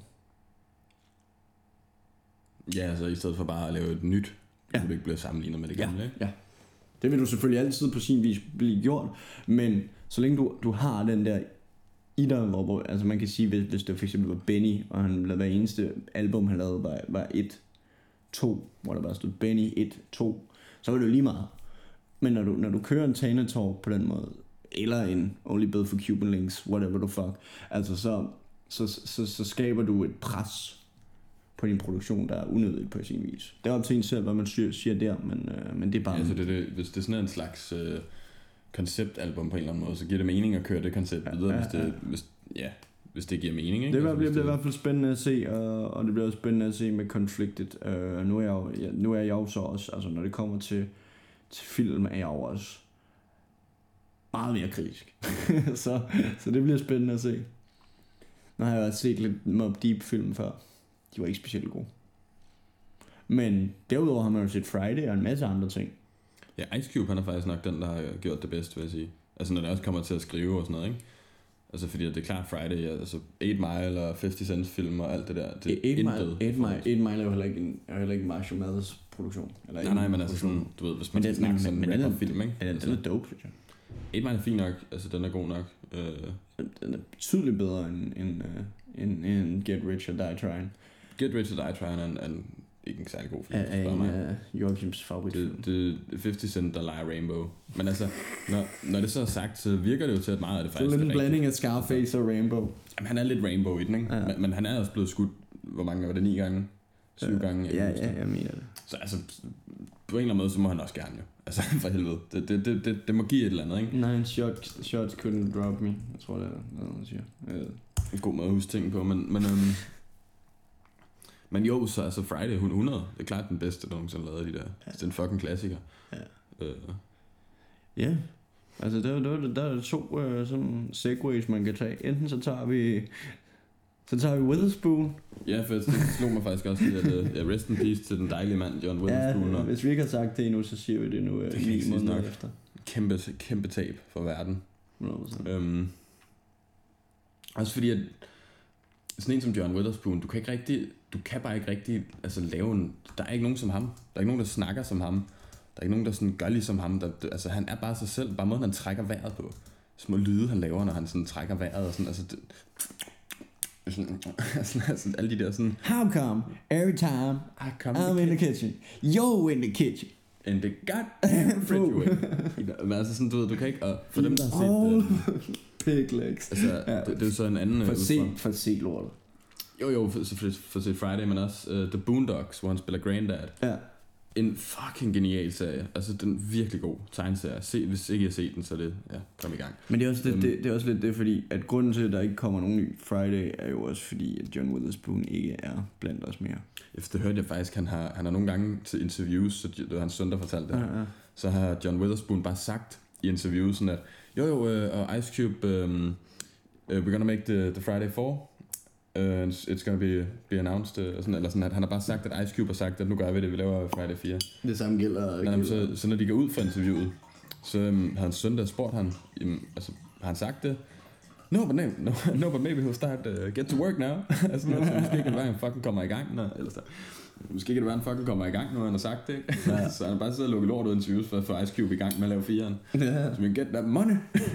Ja, altså i stedet for bare at lave et nyt, så du ikke bliver sammenlignet med det gamle, ikke? Ja. Det vil du selvfølgelig altid på sin vis blive gjort, men så længe du har den der i der, hvor altså man kan sige, hvis det for eksempel var Benny, og han lavede hver eneste album, han lavede, var 1-2, hvor der bare stod Benny 1-2, så var det jo lige meget. Men når du kører en Tana Talk på den måde, eller en Only Built for Cuban Links, whatever the fuck, altså så skaber du et pres på din produktion, der er unødigt på sin vis. Det er op til en selv, hvad man siger der, men det er bare... Altså hvis det er sådan en slags konceptalbum på en eller anden måde, så giver det mening at køre det koncept videre, hvis det giver mening, ikke? Det bliver i hvert fald spændende at se, og det bliver også spændende at se med Conflicted. Nu er jeg jo så også, altså når det kommer til film, er jeg jo også meget mere kritisk. så det bliver spændende at se. Nu har jeg også set lidt Mobb Deep film før. De var ikke specielt gode. Men derudover har man jo set Friday og en masse andre ting. Ja, Ice Cube, han er faktisk nok den, der har gjort det bedst, vil jeg sige. Altså når det også kommer til at skrive og sådan noget, ikke? Altså fordi det er klart Friday, altså 8 Mile og 50 Cent film og alt det der. 8 Mile er jo heller ikke Marshall Mathers produktion. Eller nej, men altså sådan, du ved, hvis man snakker sådan en rapper-film, ikke? Ja, den er dope, synes jeg. 8 Mile er fint nok, altså den er god nok. Den er betydeligt bedre end Get Rich or Die Trying. Get Rich or Die Trying er en ikke en særlig god film. Er en af Joachims favoritfilm. Det er 50 Cent, der leger Rainbow. Men altså, når det så er sagt, så virker det jo til, at meget af det faktisk er lidt en blanding af Scarface og Rainbow. Jamen, han er lidt Rainbow i den, ikke? Ja. Men han er også blevet skudt, hvor mange var det, 9 gange? 7 gange? Ja, jeg mener det. Så altså, på en eller anden måde, så må han også gerne jo. Altså, for helvede. Det må give et eller andet, ikke? 9 shots couldn't drop me. Jeg tror, det er noget, man siger. En god måde at huske ting på, men jo, så altså Friday 100, det er klart den bedste, der nogensinde lavede de der. Ja. Det er en fucking klassiker. Ja. Ja. Altså, der er 2 sådan segways, man kan tage. Enten så tager vi Witherspoon. Ja, for det slog mig faktisk også, at rest in peace til den dejlige mand, John Witherspoon. Ja, hvis vi ikke har sagt det endnu, så siger vi det nu 9 måneder efter. Kæmpe tab for verden. Også fordi, at sådan en som John Witherspoon, du kan bare ikke rigtig altså, lave der er ikke nogen som ham. Der er ikke nogen, der snakker som ham. Der er ikke nogen, der sådan gør ligesom ham. Altså, han er bare sig selv. Bare måden, han trækker vejret på. Små lyde, han laver, når han sådan trækker vejret. Og sådan, altså, sådan, alle de der sådan... How come every time I'm in the kitchen, you're in the kitchen? In the goddamn refrigerator. Men altså sådan, du kan ikke... Og for dem, der har set... Pig legs. Altså, det er jo så en anden... For se lortet. Jo, for set Friday, men også The Boondocks, hvor han spiller Granddad. Ja. En fucking genial serie. Altså, den er virkelig god tegneserie. Hvis ikke I har set den, så er det... Ja, kom i gang. Men det er også, det er også lidt det, fordi at grunden til, at der ikke kommer nogen ny Friday, er jo også fordi, at John Witherspoon ikke er blandt os mere. Efter det hørte jeg faktisk, han har nogle gange til interviews, så det var hans søn, der fortalte det. Ja. Så har John Witherspoon bare sagt i interviews sådan at, og Ice Cube, we're gonna make the Friday 4. It's gonna be announced, eller sådan, at han har bare sagt, at Ice Cube har sagt, at nu gør vi det, vi laver Friday 4. Det samme gælder. Så når de går ud fra interviewet, så har hans søn der spurgt han, altså har han sagt det? No, but maybe he'll start get to work now. Altså, måske kan det være, han fucking kommer i gang, måske kan det være, han fucking kommer i gang, når han har sagt det, ikke? Ja. Så han har bare siddet og lukket lort ud interviews for at få Ice Cube i gang med at lave 4'eren. Ja. Så man get that money.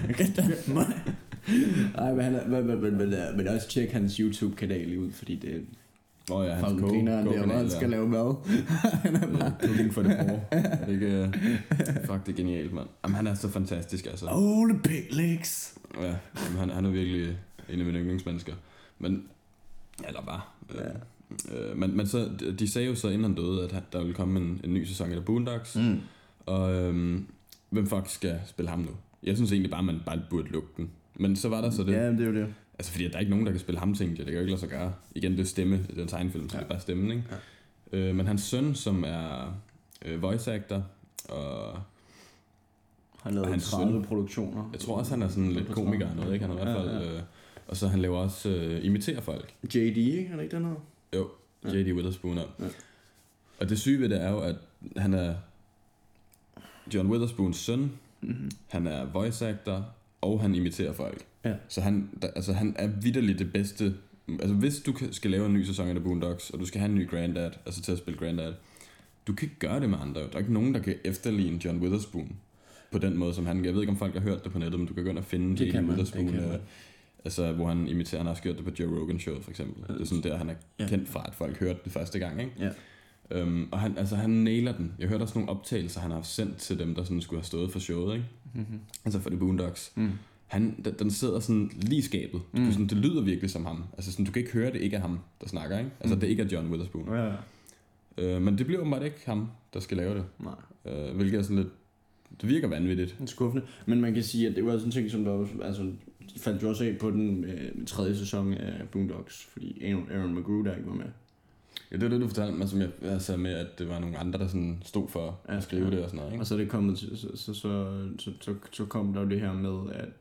Ej, men også tjek hans YouTube-kanal ud, fordi det er ja, hans han skal lave mad. Cooking for the poor. Fuck, det er genialt, mand. Jamen, han er så fantastisk, altså. Oh, the pig legs. Ja, han er virkelig en af mine yndlingsmennesker. Men, eller bare. Men så, de sagde jo så, inden han døde, at der ville komme en ny sæson af The Boondocks. Og hvem fuck skal spille ham nu? Jeg synes egentlig bare, man bare burde lukke den. Men så var der så det. Ja, det er jo det. Altså, fordi der er ikke nogen, der kan spille ham, tænkte jeg. Det kan jo ikke lade sig gøre. Igen, det er stemme. Det er en tegnefilm, så det er bare stemmen, ikke? Ja. Men hans søn, som er voice actor, og han lavede 30 produktioner. Jeg tror også, han er sådan lidt komiker og noget, ikke? Han er i hvert fald... og så han laver også imiterer folk. JD, ikke? Han er ikke den her? Jo, JD Witherspoon. Ja. Og det syge ved det er jo, at han er John Witherspoons søn. Mm-hmm. Han er voice actor, og han imiterer folk. Ja. Så han er vitterligt det bedste. Altså hvis du skal lave en ny sæson af The Boondocks, og du skal have en ny Granddad, altså til at spille Granddad, du kan ikke gøre det med andre. Der er ikke nogen, der kan efterligne John Witherspoon på den måde, som han. Jeg ved ikke, om folk har hørt det på nettet, men du kan gå ind og finde JD Witherspoon. Altså, hvor han imiterer, han har også gjort det på Joe Rogan Show, for eksempel. Det er sådan der, han er kendt fra, at folk hørte det første gang, ikke? Ja. Og han nailer den. Jeg hørte også nogle optagelser, han har sendt til dem, der sådan skulle have stået for showet, ikke? Mm-hmm. Altså for The Boondocks. Den sidder sådan lige i skabet. Sådan, det lyder virkelig som ham. Altså sådan, du kan ikke høre, det ikke er ham, der snakker, ikke? Altså det ikke er John Witherspoon. Ja. Men det bliver åbenbart ikke ham, der skal lave det. Nej. Hvilket er sådan lidt... Det virker vanvittigt. Skuffende. Men man kan sige, at det var sådan en ting, som der var... Altså, de fandt jo også af på den 3. sæson af Boondocks, fordi Aaron McGrew der ikke var med. Ja, det var det, du fortalte mig, som jeg sagde med, at det var nogle andre, der sådan stod for at skrive det og sådan noget, ikke? Og så er det kommet til, så kom der jo det her med,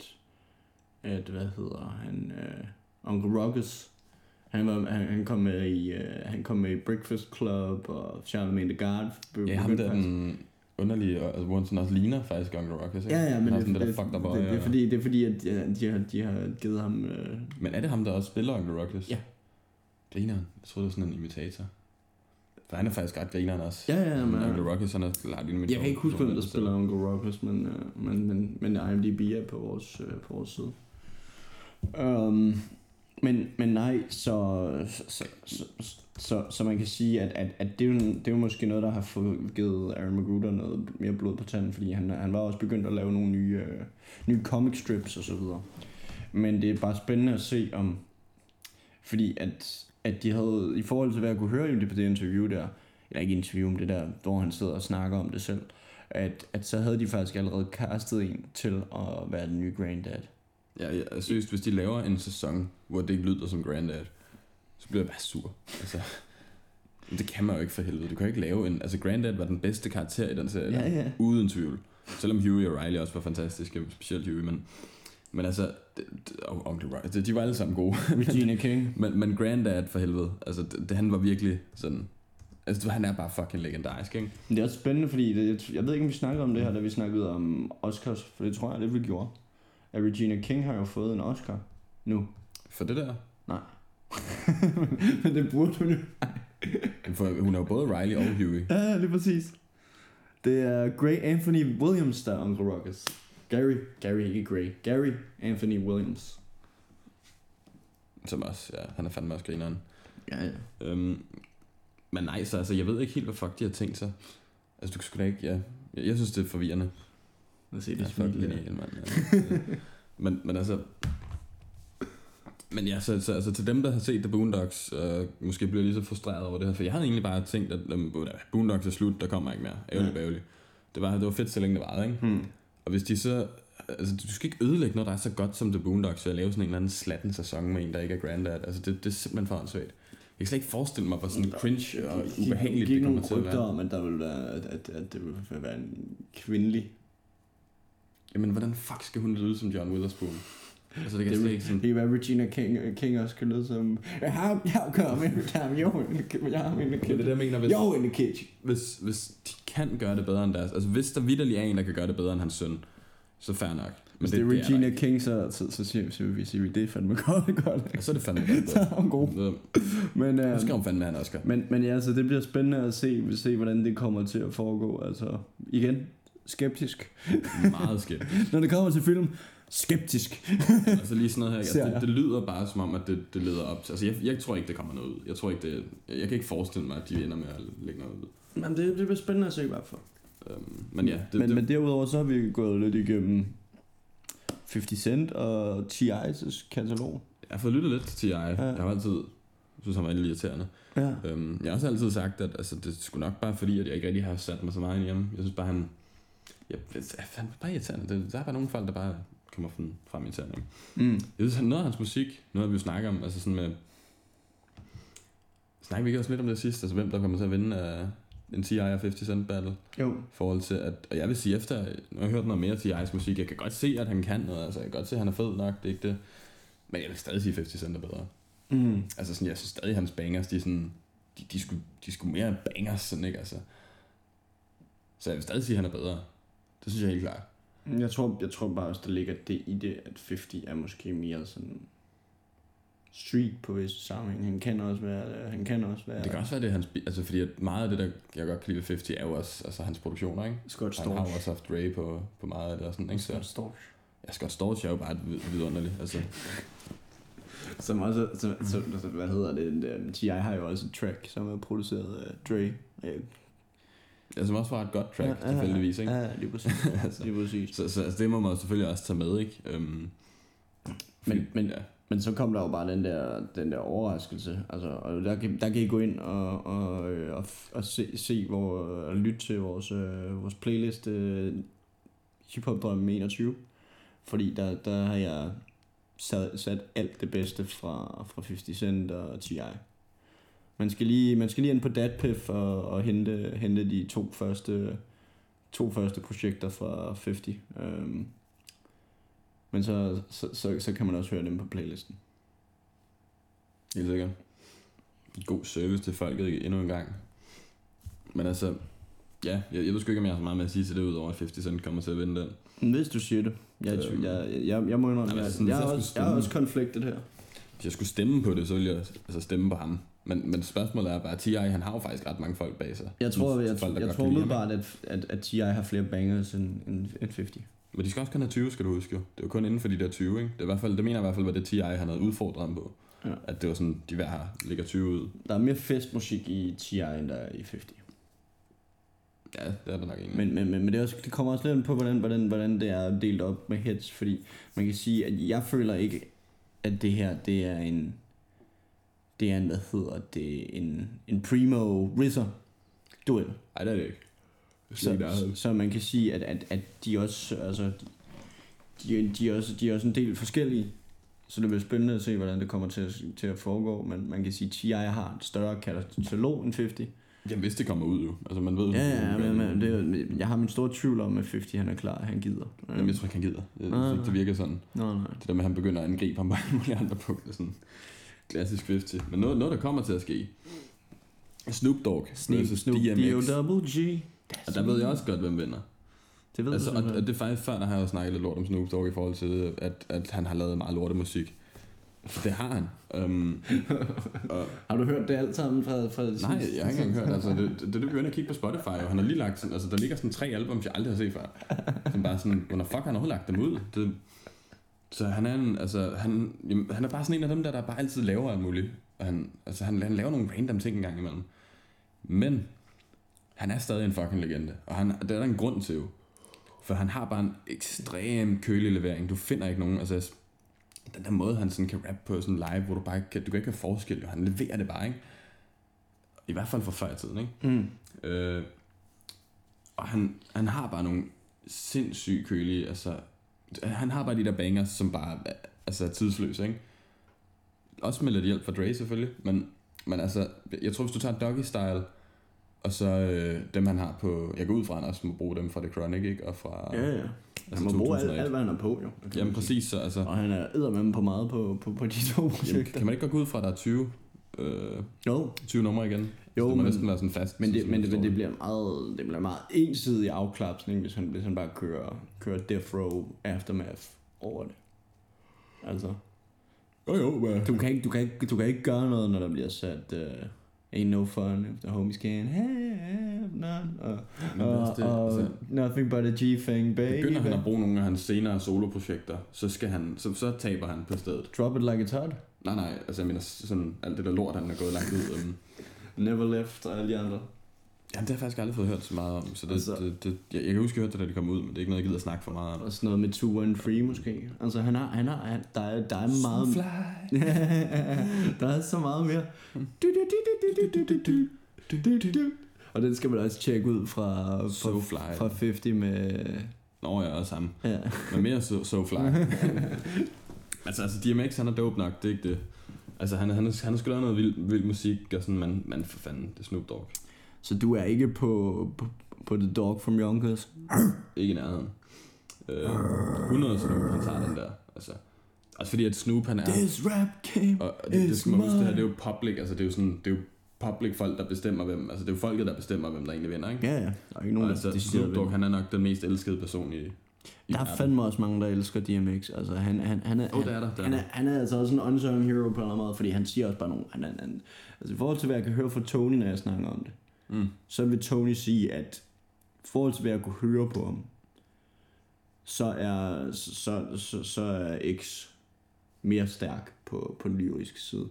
at hvad hedder han, Uncle Ruckus, han kom med i Breakfast Club og Charlemagne the God. Ja, ham der den underlige, altså, hvor han sådan også ligner faktisk Uncle Ruckus, ikke? Ja, men det er fordi, at de har givet ham... Men er det ham, der også spiller Uncle Ruckus? Ja. Grineren. Jeg troede, det var sådan en imitator. For han er faktisk ret grineren også. Ja, men... Uncle Ruckus, han er klart en jeg kan ikke huske, hvem der spiller Uncle Ruckus, men IMDb er på vores side. Men nej, så Så man kan sige, at det er jo måske noget, der har fået givet Aaron McGruder noget mere blod på tanden, fordi han var også begyndt at lave nogle nye comic strips og så videre. Men det er bare spændende at se om, fordi at de havde, i forhold til hvad jeg kunne høre på det interview der, eller ikke interview, men det der, hvor han sidder og snakker om det selv, at så havde de faktisk allerede castet en til at være den nye Granddad. Ja, jeg synes, hvis de laver en sæson, hvor det ikke lyder som Granddad, så bliver jeg bare sur. Altså, det kan man jo ikke for helvede. Du kan jo ikke lave en... Altså, Granddad var den bedste karakter i den serie. Ja. Uden tvivl. Selvom Huey og Riley også var fantastiske, specielt Huey, men altså... Og Onkel Riley, de var alle sammen gode. Regina King. men Granddad for helvede, altså, han var virkelig sådan... Altså, han er bare fucking legendarisk, ikke? Men det er også spændende, fordi jeg ved ikke, om vi snakkede om det her, da vi snakkede om Oscars, for det tror jeg, det vi gjorde. At Regina King har jo fået en Oscar nu. For det der? Nej. Men det burde hun jo. For hun er jo både Riley og Huey. Ja, det er præcis. Det er Anthony Williams, der er Uncle Ruckus. Gary, ikke Gray. Gary Anthony Williams. Som også, ja, han er fandme også grineren. Ja. Men nej, så altså, jeg ved ikke helt, hvad fuck de har tænkt sig. Altså, du kan sgu da ikke, ja. Jeg synes, det er forvirrende. Lad os se, det er fucking genial, mand. Men altså... Men ja, så altså, til dem, der har set The Boondocks, måske bliver lige så frustreret over det her. For jeg havde egentlig bare tænkt, at Boondocks er slut, der kommer ikke mere. Ærgerligt. Det var fedt, så længe det varede, ikke? Og hvis de så... Altså, du skal ikke ødelægge noget, der er så godt som The Boondocks, ved at lave sådan en eller anden slatten sæson med en, der ikke er Granddad. Altså, det er simpelthen for åndssvagt. Jeg kan slet ikke forestille mig, hvor sådan cringe og ubehageligt det kommer til at være. Om, at der vil være, at det vil være en kvindelig. Jamen, hvordan fuck skal hun lyde som John Witherspoon? Altså, det kan slet ikke sådan... Det er hvad Regina King også kan lyde som... How come every time you're in the kitchen? Det der mener, you're in the kitchen. Hvis de kan gøre det bedre end deres... Altså, hvis der vitterlig er en, der kan gøre det bedre end hans søn, så fair nok. Hvis det er Regina King, så siger vi, det er fandme godt. Og så er det fandme godt. Så er hun god. Men, nu skal hun fandme have en Oscar. Men ja, så det bliver spændende at se, hvordan det kommer til at foregå. Altså, igen, skeptisk. Meget skeptisk. Når det kommer til film, skeptisk. Altså lige sådan noget her. Altså, det lyder bare som om, at det leder op til... Altså, jeg tror ikke, det kommer noget ud. Jeg kan ikke forestille mig, at de ender med at lægge noget ud. Men det bliver spændende at se i hvert fald. Men ja... Men derudover så har vi gået lidt igennem 50 Cent og T.I.'s katalog. Jeg har fået lyttet lidt til T.I. Jeg har altid synes, han var lidt irriterende. Ja. Jeg har også altid sagt, at altså, det skulle nok bare fordi, at jeg ikke rigtig har sat mig så meget hjemme. Jeg synes bare, han er bare irriterende. Der er bare nogle folk, der bare kommer frem irriterende. Jeg synes, noget af hans musik, noget vi jo snakker om, altså sådan med... Snakker vi ikke også lidt om det sidste? Altså hvem der kommer til at vinde en T.I. og 50 Cent battle? Jo. I forhold til at... Og jeg vil sige efter, når jeg har hørt noget mere T.I.'s musik, jeg kan godt se, at han kan noget. Altså jeg kan godt se, at han er fed nok, det er ikke det. Men jeg vil stadig sige, at 50 Cent er bedre. Altså sådan, jeg synes stadig, hans bangers, de er sådan... De skulle mere bangers, sådan, ikke? Altså. Så jeg vil stadig sige, at han er bedre. Det synes jeg helt klart. Jeg tror bare også, der ligger det i det, at 50 er måske mere sådan street på visse sammenhæng. Han kan også være... Det kan også være, det er hans... Altså, fordi at meget af det, der jeg godt kan lide ved 50, er jo også altså, hans produktioner, ikke? Scott Storch. Han har også haft Dre på meget af det og sådan, ikke? Scott Storch. Ja, Scott Storch er jo bare vidunderligt, altså. Som også... Så, hvad hedder det? T.I. har jo også et track, som er produceret af Dre. Ja, som også var et godt track, tilfældigvis, ikke? Ja, det er præcis. Altså, det er præcis. Så altså, det må man selvfølgelig også tage med, ikke? Men så kom der jo bare den der overraskelse. Altså, og der kan I gå ind og se og lytte til vores playlist Hip-Hop Drøm 21. Fordi der har jeg sat alt det bedste fra 50 Cent og T.I. Man skal lige ind på DatPiff og hente de to første projekter fra 50. Men så kan man også høre dem på playlisten. Helt sikkert. God service til folket endnu en gang. Men altså, ja, jeg ved sgu ikke, om jeg har så meget med at sige til det, udover at 50 Cent kommer til at vinde den. Hvis du siger det. Jeg må indrømme, jeg er også konfliktet her. Hvis jeg skulle stemme på det, så ville jeg altså stemme på ham. Men spørgsmålet er bare, at T.I. han har jo faktisk ret mange folk bag sig. Jeg tror umiddelbart, at T.I. har flere bangers end 50. Men de skal også kun have 20, skal du huske jo. Det er jo kun inden for de der 20, ikke? Det mener jeg i hvert fald, var det T.I. han havde udfordret ham på. At det var sådan, de hver her ligger 20 ud. Der er mere festmusik i T.I. end der er i 50. Ja, det er der nok egentlig. Men det, er også, det kommer også lidt på, hvordan det er delt op med hits, fordi man kan sige, at jeg føler ikke, at det her, det er en, hvad hedder det, en Primo RZA duel. Nej, det er det ikke. Så man kan sige, at de også, altså, de er også en del forskellige. Så det bliver spændende at se, hvordan det kommer til at foregå. Men man kan sige, at T.I. har et større katalog end 50. Jamen, hvis det kommer ud jo. Altså, man ved men jeg har min store tvivl om, at 50 han er klar, han gider. Jamen, jeg tror ikke, han gider. Det virker sådan. Nej. Det der med, at han begynder at angribe ham på alle mulige andre punkter. Sådan klassisk 50. Men noget, der kommer til at ske. Snoop Dogg versus DMX. D-O-double-G. Og der ved jeg også godt, hvem vinder. Det ved altså, og det er faktisk før, der har jeg jo snakket lidt lort om Snoop Dogg i forhold til, at han har lavet meget lortemusik. Det har han. Har du hørt det alt sammen fra nej, jeg har ikke engang hørt. Altså, det begynder at kigge på Spotify, og han har lige lagt sådan, altså, der ligger sådan 3 album, jeg aldrig har set før. Som bare sådan, hvordan fuck han har lagt dem ud? Så han er han er bare sådan en af dem der bare altid laver alt muligt. Og han laver nogle random ting en gang imellem. Men han er stadig en fucking legende. Og det er der en grund til jo. For han har bare en ekstrem kølig levering. Du finder ikke nogen, altså den der måde han sådan kan rappe på sådan live, hvor du kan ikke have forskel, jo. Han leverer det bare, ikke? I hvert fald fra før i tiden, ikke? Og han har bare nogle sindssygt kølige, altså han har bare de der bangers, som bare altså er tidsløse, ikke? Også med lidt hjælp fra Dre selvfølgelig, men altså, jeg tror hvis du tager Doggy Style, og så dem han har på, jeg går ud fra han også må bruge dem fra The Chronic, ikke? Og fra altså han må bruge alt hvad han er på, jo. Jamen præcis, så altså. Og han er eddermame på meget på de to projekter. Kan man ikke godt gå ud fra at der er 20 numre igen? Jo, det må næsten være sådan fast. Men det bliver meget ensidig afklapsning, hvis han bare kører Death Row Aftermath over det. Altså. Du kan ikke gøre noget, når der bliver sat Ain't no fun if the homies can't have none og nothing but a G-thing, baby. Begynder han at bruge nogle af hans senere soloprojekter, så taber han på stedet. Drop it like it's hot? Nej, altså jeg mener sådan alt det der lort, han er gået langt ud. Never Left og alle de andre. Jamen, det har jeg faktisk aldrig fået hørt så meget om, så jeg kan huske, at jeg hørte det, da det kom ud, men det er ikke noget, jeg gider at snakke for meget om. Og sådan noget med 2 and 3 måske. Altså, der er meget... der er så meget mere. Og den skal man også tjekke ud fra 50 med... Nå ja, også ham. Ja. Men mere so fly. altså, DMX, han er dope nok, det er ikke det. Altså, han har sgu lavet noget vild musik, og sådan, man for fanden, det er Snoop Dogg. Så du er ikke på The Dog from Yonkers? Ikke i nærheden. 100 Snoop, han tager den der. Altså, også fordi at Snoop, han er... This rap game og det skal man huske, det her, det er jo public, altså det er jo sådan, det er jo public folk, der bestemmer hvem, altså det er jo folket, der bestemmer, hvem der egentlig vinder, ikke? Ja. Der er ikke nogen, altså, Snoop Dogg, han er nok den mest elskede person i der er fandme også mange, der elsker DMX. Altså, han er altså også en unsung hero på en eller anden måde, fordi han siger også bare nogle... Altså, i forhold til, hvad jeg kan høre fra Tony, når jeg snakker om det, så vil Tony sige, at i forhold til, hvad jeg kunne høre på ham, så er X mere stærk på den lyriske side.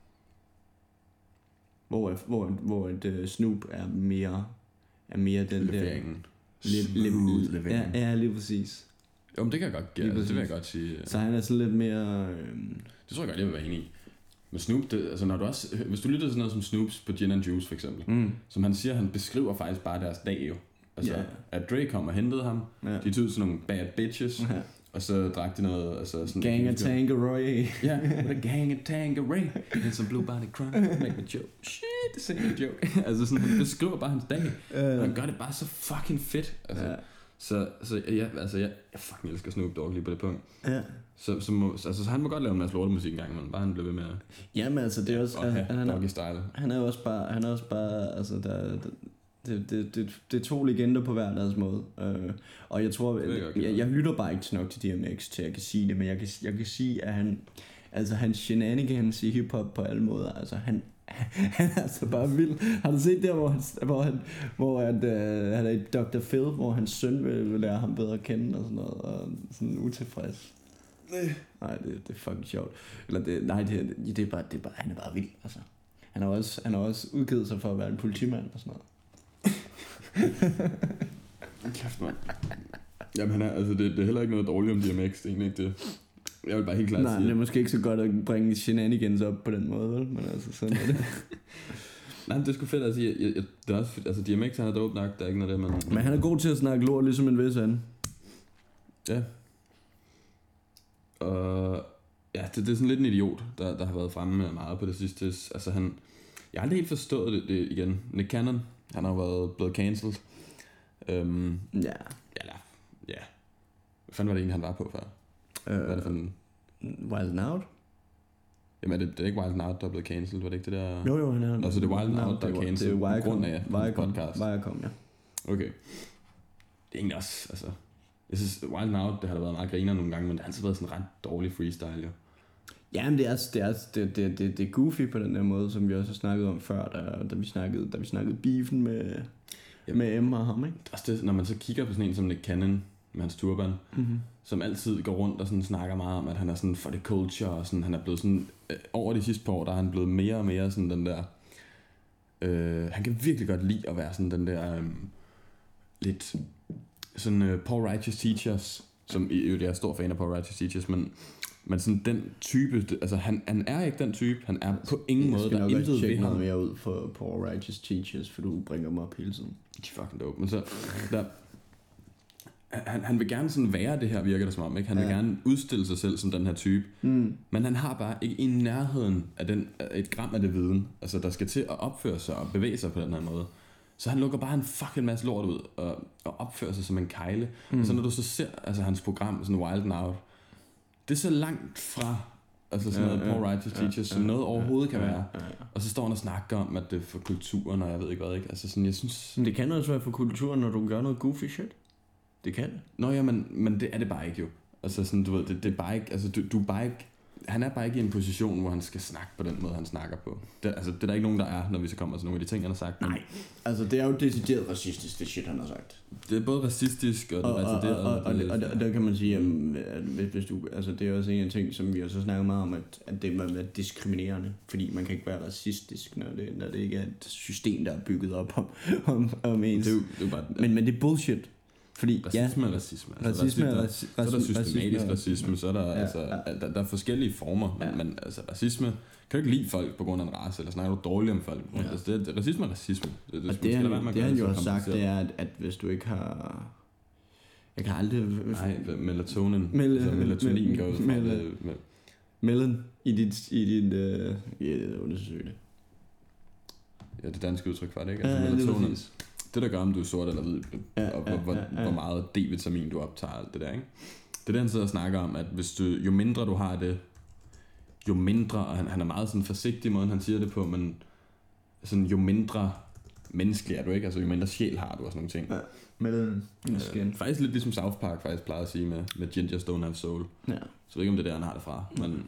Hvor Snoop er mere den leveringen. Leveringen. Ja, lige præcis. Jo, men det kan jeg godt det vil jeg godt sige. Så han er sådan lidt mere... Det tror jeg godt, jeg vil være enig i. Men Snoop, altså når du også... Hvis du lytter til sådan noget som Snoops på Gin and Juice for eksempel, som han siger, han beskriver faktisk bare deres dag jo. Altså, at Drake kom og hentede ham, de tog sådan nogle bad bitches, og så drak de noget... Altså sådan gang of Tanqueray. Ja, with a gang of Tanqueray. And some blue body crunk, make a joke. Shit, det er en joke. Altså sådan, han beskriver bare hans dag, og han gør det bare så fucking fedt. Altså, så jeg fucking elsker Snoop Dogg lige på det punkt. Ja. Så han må godt lave en masse lortemusik engang, men bare han bliver ved med at... Jamen altså, det er også... Doggy style. Han er også bare altså, det er 2 legender på hver deres måde. Og jeg tror... Jeg lytter bare ikke nok til DMX, til jeg kan sige det, men jeg kan sige, at hans shenanigans i hiphop på alle måder, altså han er altså bare vild. Har du set der, hvor han er i Dr. Phil, hvor hans søn vil lære ham bedre at kende og sådan noget, og sådan utilfreds. Nej, det er fucking sjovt. Eller det er bare, han er bare vild, altså. Han har også udgivet sig for at være en politimand og sådan noget. Kæft, mand. Jamen, det er heller ikke noget dårligt om DMX, det er egentlig ikke det. Jeg vil bare helt klart sige... Nej, det er måske ikke så godt at bringe shenanigans op på den måde, vel? Men altså, sådan er det. Nej, men det er sgu fedt, altså, det er også, altså DMX, han er dope nok, der er ikke noget der, men han er god til at snakke lort, ligesom en vis anden. Ja. Og ja, det er sådan lidt en idiot, der har været fremme meget på det sidste. Altså jeg har aldrig helt forstået det igen. Nick Cannon, han har været blevet cancelled. Ja. Hvad fanden var det egentlig, han var på før? Hvad er det for en... Wild 'N Out? Jamen det er ikke Wild 'N Out, der er blevet cancelled, var det ikke det der? Jo, han er... Altså det er Wild 'N Out, der er cancelled på grund af podcast. Viacom, ja. Okay. Det er egentlig også, altså... Jeg synes, Wild 'N Out, det har da været meget griner nogle gange, men det har altid været sådan ret dårlig freestyle, jo. Ja, men det er goofy på den der måde, som vi også har snakket om før, da vi snakkede beefen med Emma og ham, ikke? Også det, når man så kigger på sådan en som Nick Cannon med hans turban, som altid går rundt og sådan snakker meget om, at han er sådan for the culture, og sådan, han er blevet sådan, over de sidste par år, der er han blevet mere og mere sådan den der, han kan virkelig godt lide at være sådan den der, lidt sådan Paul Righteous Teachers, som jeg er stor fan af Paul Righteous Teachers, men sådan den type, altså han er ikke den type, han er på ingen måde, der er intet ved ham. noget mere ud for Paul Righteous Teachers, for du bringer dem op hele tiden. De er fucking dope, men så, han vil gerne sådan være det her, virker det som om, ikke? Han vil gerne udstille sig selv som den her type, men han har bare ikke i nærheden af et gram af det viden, altså der skal til at opføre sig og bevæge sig på den her måde. Så han lukker bare en fucking masse lort ud og opfører sig som en kejle. Og så når du så ser altså hans program, sådan Wild 'N Out, det er så langt fra altså sådan noget Paul Righteous Teachers, som noget overhovedet kan være. Og så står han og snakker om, at det er for kulturen, og jeg ved ikke hvad, ikke? Altså sådan, jeg synes... Men det kan også være for kulturen, når du gør noget goofy shit. Det kan det. Nå ja, men det er det bare ikke jo. Altså sådan, du ved, det er bare ikke, altså du er bare ikke, han er bare ikke i en position, hvor han skal snakke på den måde, han snakker på. Det er der ikke nogen, der er, når vi så kommer til nogle af de ting, han har sagt. Nej, altså det er jo decideret racistisk, det shit, han har sagt. Det er både racistisk, og det er retarderet. Og der kan man sige, at hvis du, altså det er også en af ting, som vi også har snakket meget om, at det må være diskriminerende, fordi man kan ikke være racistisk, når det ikke er et system, der er bygget op om ens. Det er jo bare, men det er bullshit. Fordi racisme er racisme. Altså, så er der systematisk racisme, så er der, altså, der er forskellige former, men altså racisme, kan du ikke lide folk på grund af en race, eller snakker du dårligt om folk? Ja. Altså, racisme er racisme. Det han jo har sagt, det er, at hvis du ikke har... Jeg kan aldrig... Nej, melatonin går ud fra Melanin i dit undersøgelse. Ja, det danske udtryk for det, ikke? Altså melatonin. Det der gør, om du er sort eller hvid, og hvor meget D-vitamin du optager, alt det der, ikke? Det er det, han sidder og snakker om, at hvis jo mindre du har det, jo mindre, og han er meget sådan forsigtig i måden, han siger det på, men sådan, jo mindre menneskelig er du, ikke? Altså jo mindre sjæl har du og sådan nogle ting. Ja, med faktisk lidt ligesom South Park faktisk plejer at sige med Gingers don't have soul. Ja. Så jeg ved ikke, om det er der, han har det fra, men...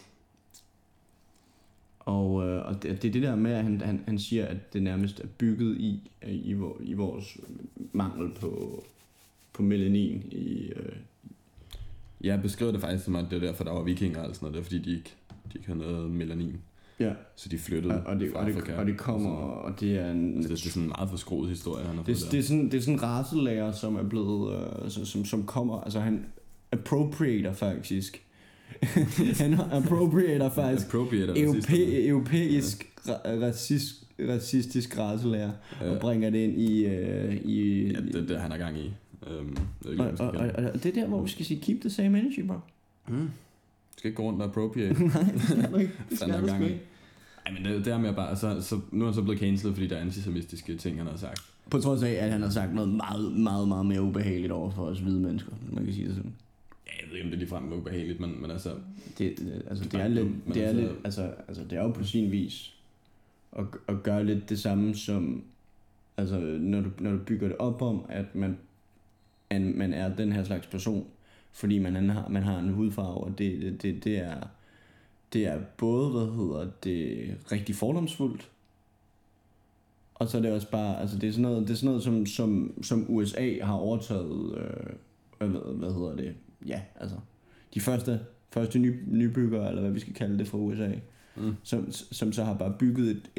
Og det er det der med, at han siger, at det nærmest er bygget i vores mangel på melanin i... Ja, jeg beskriver det faktisk som, at det er derfor, der var vikinger og sådan noget. Det er fordi, de ikke havde noget melanin. Ja. Så de flyttede fra Afrika. Og det kommer, og det er en... Altså, det er sådan en meget forskroet historie, han har fået der. Det er sådan en racelærer, som er blevet... som kommer... Altså, han appropriater faktisk... han appropriater faktisk europæisk racistisk racelærer og bringer det ind i ja, det er han er gang i. Og det er der, hvor vi skal sige keep the same energy, bro. Du skal ikke gå rundt og appropriate. Nej, det skal du ikke. Ej, men det er mere bare, så nu er han så blevet cancelled, fordi der er antisemitiske ting, han har sagt. På trods af, at han har sagt noget meget, meget, meget mere ubehageligt over for os hvide mennesker, man kan sige det sådan. Jeg ved ikke, om det ligefrem er ubehageligt, men altså... Det er jo på sin vis at gøre lidt det samme som... Altså, når du bygger det op om, at man er den her slags person, fordi man har en hudfarve, og det er både, rigtig fordomsfuldt, og så er det også bare... Altså, det er sådan noget som USA har overtaget... Ja, altså de første nybyggere, eller hvad vi skal kalde det, fra USA, som så har bare bygget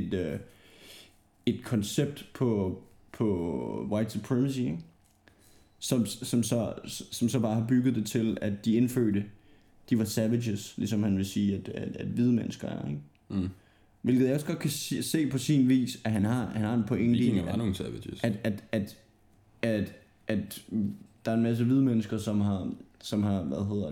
et koncept på white supremacy, ikke? Som så bare har bygget det til, at de indfødte, de var savages, ligesom han vil sige, at hvide mennesker er, ikke? Mm. Hvilket jeg også godt kan se på sin vis, at han har en pointe i, at der er en masse hvide mennesker, som har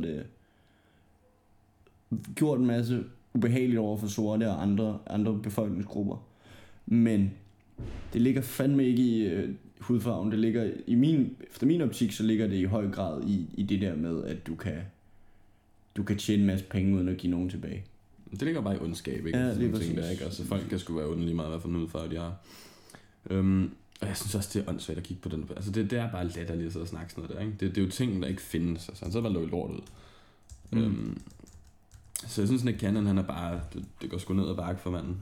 gjort en masse ubehageligt over for sorte og andre befolkningsgrupper. Men det ligger fandme ikke i hudfarven. Det ligger efter min optik, så ligger det i høj grad i det der med, at du kan tjene en masse penge uden at give nogen tilbage. Det ligger bare i ondskab, ikke? Ja, det er præcis. Der, ikke? Altså, folk kan sgu være onde lige meget, hvad for en hudfarve de har. Og jeg synes også, det er åndssvagt at kigge på den. Altså, det er bare latterligt at sidde og snakke sådan noget der, ikke? Det er jo ting, der ikke findes. Altså, han så bare lukket lort ud. Så jeg synes, Nick Cannon, han er bare... Det går sgu ned ad bakke for manden.